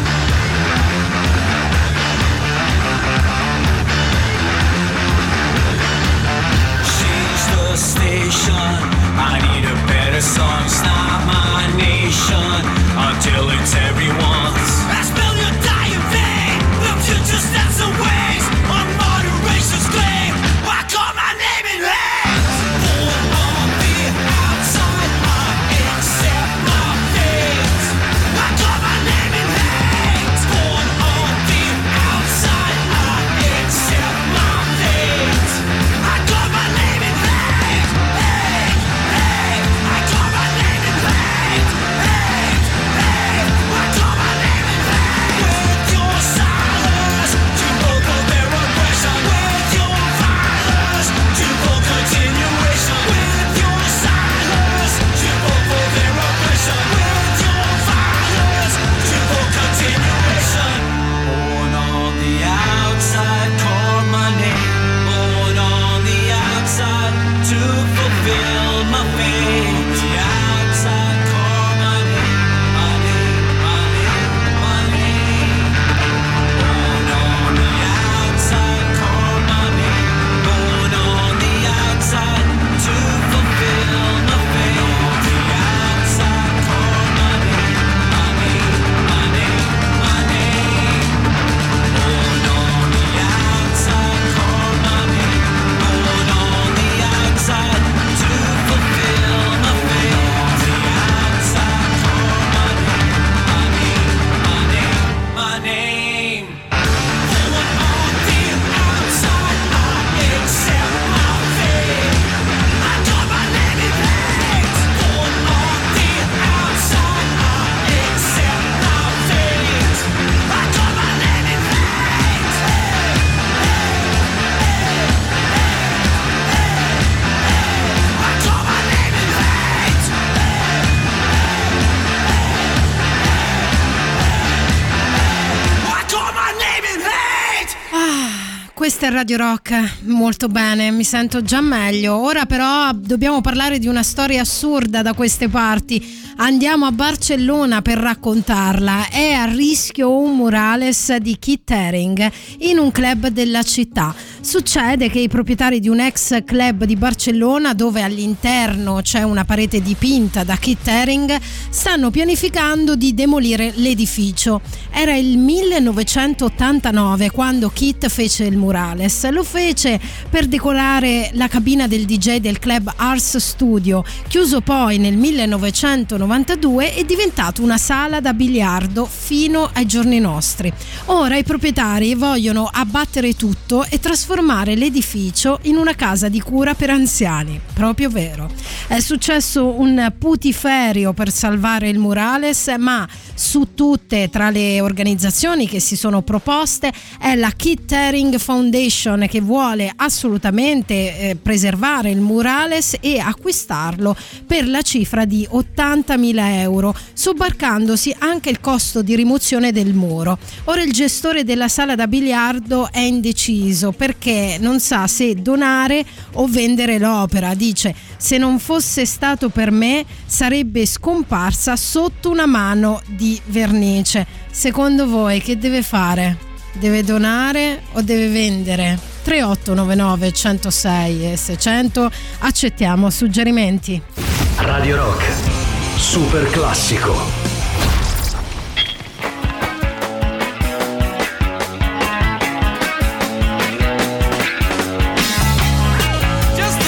Change the station. I need a better song. It's not my nation until it's everyone's. As millions die in vain. The future stands in waste. On modern racist claim. Why call my name in hate? Born on the outside, I accept my fate. Why call my name in hate? Born on the outside, I accept my fate. I call my name in hate. Hate, hate. I call my name in hate. Hate, hate. I call my name in hate. With your silence, you vote for their oppression. With your violence, you vote continuation. With your silence, you vote for their oppression. With your violence, you vote continuation. Born on the outside, call my name. Born on the outside to fulfill my fate. The outside, call my name, my name, my name, my name. Born on the outside, call my name. Born on the outside to fulfill my fate. The outside, call my name, my name, my name, my name. Born on the outside, call my name. Born on the outside to fulfill my fate. The outside, call my name, my name, my name, my name. Born on the outside, I accept my fate. I call my name in hate. Born on the outside, I accept my fate. I call my name in hate. I call my name in hate. I call my name in hate. Questa è Radio Rock, molto bene, mi sento già meglio. Ora però dobbiamo parlare di una storia assurda da queste parti. Andiamo a Barcellona per raccontarla. È a rischio un murales di Keith Haring in un club della città. Succede che i proprietari di un ex club di Barcellona, dove all'interno c'è una parete dipinta da Keith Haring, stanno pianificando di demolire l'edificio. Era il 1989 quando Keith fece il murales. Lo fece per decorare la cabina del DJ del club Ars Studio, chiuso poi nel 1992 e diventato una sala da biliardo fino ai giorni nostri. Ora i proprietari vogliono abbattere tutto e trasformare l'edificio in una casa di cura per anziani. Proprio vero. È successo un putiferio per salvare il murales, ma su tutte, tra le organizzazioni che si sono proposte, è la Keith Haring Foundation, che vuole assolutamente preservare il murales e acquistarlo per la cifra di 80.000 euro, sobbarcandosi anche il costo di rimozione del muro. Ora il gestore della sala da biliardo è indeciso perché non sa se donare o vendere l'opera. Dice: se non fosse stato per me sarebbe scomparsa sotto una mano di vernice. Secondo voi che deve fare? Deve donare o deve vendere? 3899 106 e 600, accettiamo suggerimenti. Radio Rock, super classico. Just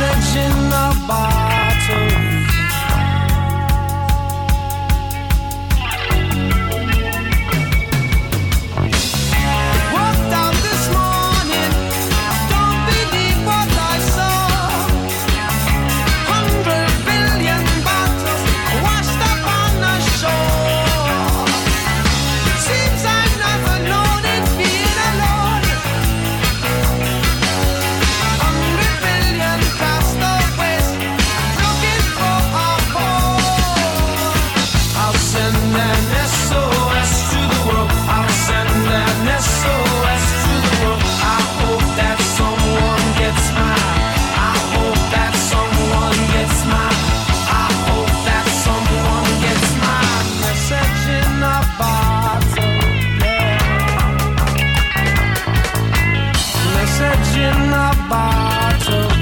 message in a bottle. Walked out this morning, don't believe what I saw. 100 billion bottles washed up on the shore. Seems I've never known it being alone. 100 billion castaways looking for a home. I'll send an SOS to the world. I'll send an SOS to the world. I hope that someone gets mine. I hope that someone gets mine. I hope that someone gets mine. Message in a bottle, yeah. Message in a bottle.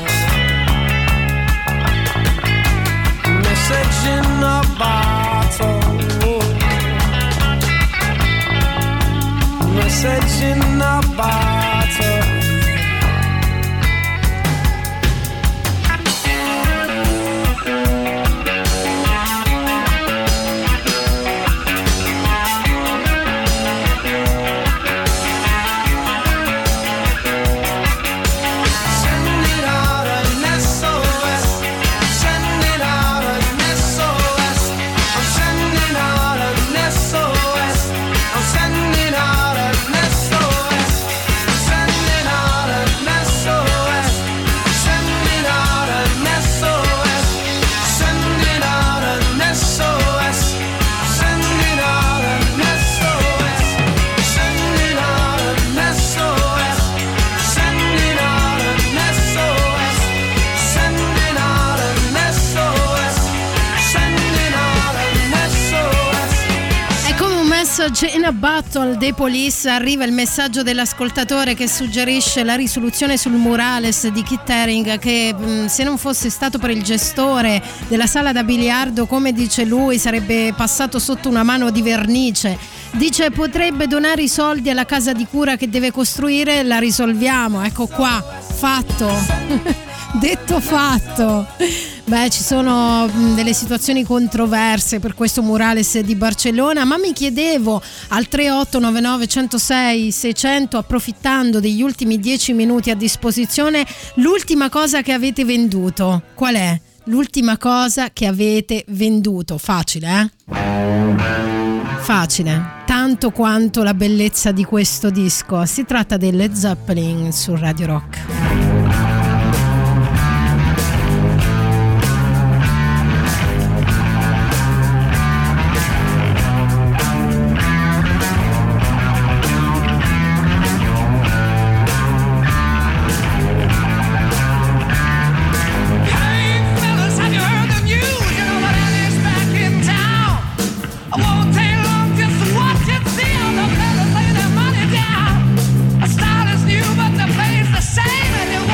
Message in a bottle. Message in a bottle. Send it out an SOS. Send it out an SOS. I'm sending out an SOS. I'm sending out an SOS. Sending out an SOS. Sending out an SOS. Sending out an SOS. Sending out an SOS. Sending out an SOS. Sending out an SOS. Sending out an SOS. Sending out an SOS. È come un message in a bottle dei Police. Arriva il messaggio dell'ascoltatore che suggerisce la risoluzione sul murales di Keith Haring, che se non fosse stato per il gestore della sala da biliardo, come dice lui, sarebbe passato sotto una mano di vernice. Dice potrebbe donare i soldi alla casa di cura che deve costruire, la risolviamo. Ecco qua, fatto. Detto fatto. Beh, ci sono delle situazioni controverse per questo murales di Barcellona, ma mi chiedevo al 3899 106 600, approfittando degli ultimi 10 minuti a disposizione, l'ultima cosa che avete venduto. Qual è? L'ultima cosa che avete venduto. Facile, Facile, tanto quanto la bellezza di questo disco. Si tratta del Led Zeppelin su Radio Rock. Hey fellas, have you heard the news? You know what Ellie's back in town. I won't take long just to watch it see all the fellas lay their money down. A style is new but the play's the same, and you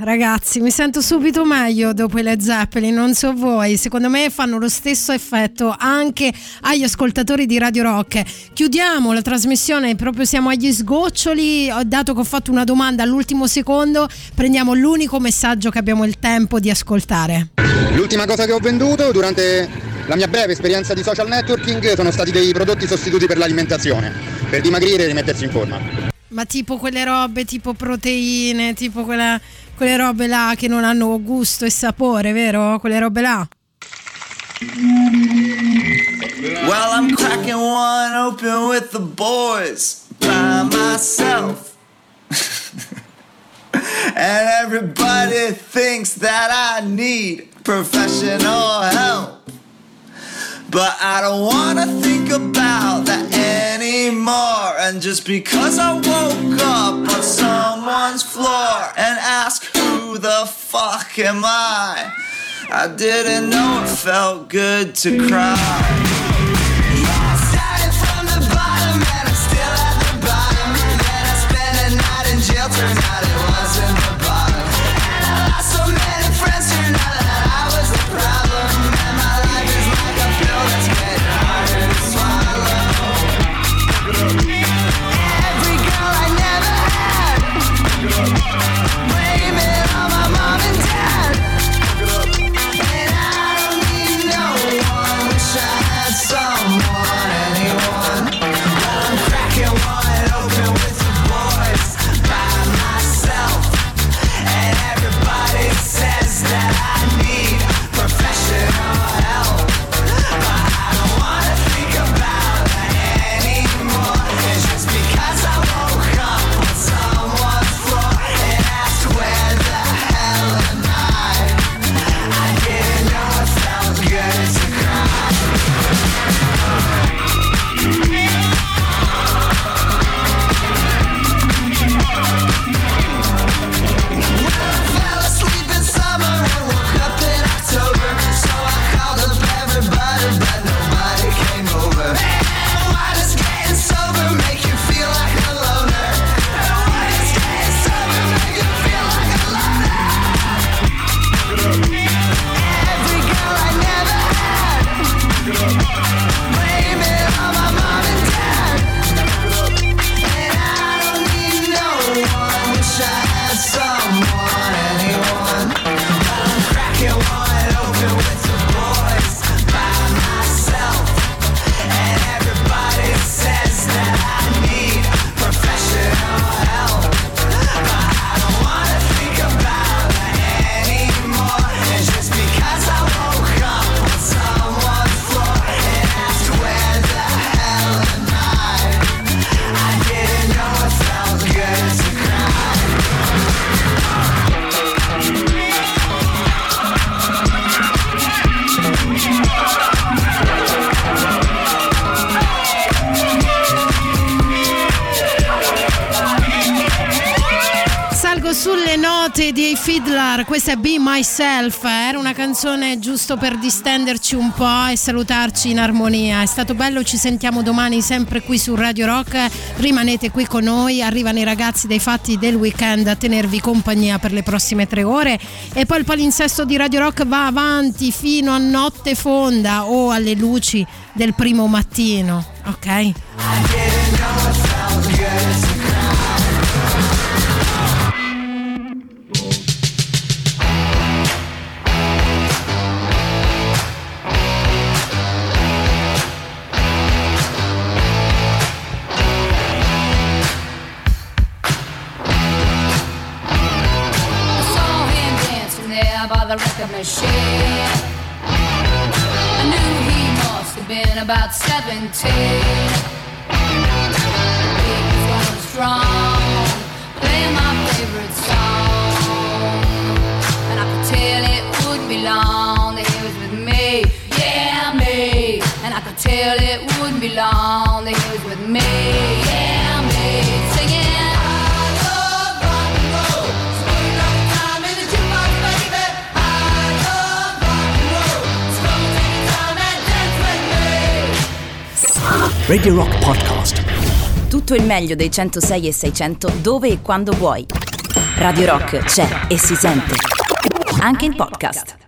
ragazzi, mi sento subito meglio dopo i Led Zeppelin, non so voi, secondo me fanno lo stesso effetto anche agli ascoltatori di Radio Rock. Chiudiamo la trasmissione, proprio siamo agli sgoccioli, dato che ho fatto una domanda all'ultimo secondo, prendiamo l'unico messaggio che abbiamo il tempo di ascoltare. L'ultima cosa che ho venduto durante la mia breve esperienza di social networking sono stati dei prodotti sostituti per l'alimentazione, per dimagrire e rimettersi in forma. Ma tipo quelle robe, tipo proteine, tipo quelle robe là che non hanno gusto e sapore, vero? Quelle robe là. Well, I'm cracking one open with the boys by myself. And everybody thinks that I need professional help. But I don't wanna think about that anymore. And just because I woke up on someone's floor and ask who the fuck am I didn't know it felt good to cry. Yeah, I started from the bottom and I'm still at the bottom. Then I spent a night in jail, turned out it wasn't the bottom. And I lost so many friends, turned out that I was the problem. And my life is like a pill that's getting harder to swallow. Every girl I never had, blame it on my mom and dad. And I don't need no one, wish I had someone, anyone. But I'm cracking one open with the boys by myself. And everybody says that I need professional help. But I don't wanna think about that anymore. It's just because I woke up on someone's floor and asked where the hell am I didn't know it felt good to cry. Fell asleep in summer and woke up in October. So I called up everybody, but nobody came over. Why does getting sober make you feel like a loner? Why does getting sober make you feel like a loner? Every girl I never had, blame it on my mom and dad. And I don't need no one, wish I had someone, anyone. But I'm cracking one open with the boys by myself. And everybody says that I need professional help. But I don't wanna think about that anymore. It's just because I woke up on someone's floor and asked where the hell am I didn't know it felt good to cry. Salgo sulle note di Fiddler, questa è Be Myself, era una canzone giusto per distenderci un po' e salutarci in armonia. È stato bello, ci sentiamo domani sempre qui su Radio Rock, rimanete qui con noi, arrivano i ragazzi dei Fatti del Weekend a tenervi compagnia per le prossime 3 ore e poi il palinsesto di Radio Rock va avanti fino a notte fonda o alle luci del primo mattino, ok? By the record machine, I knew he must have been about 17. He was going strong, playing my favorite song, and I could tell it wouldn't be long that he was with me, yeah me. And I could tell it wouldn't be long that he was with me, yeah me. Singing. Radio Rock Podcast. Tutto il meglio dei 106 e 600 dove e quando vuoi. Radio Rock c'è e si sente. Anche in podcast.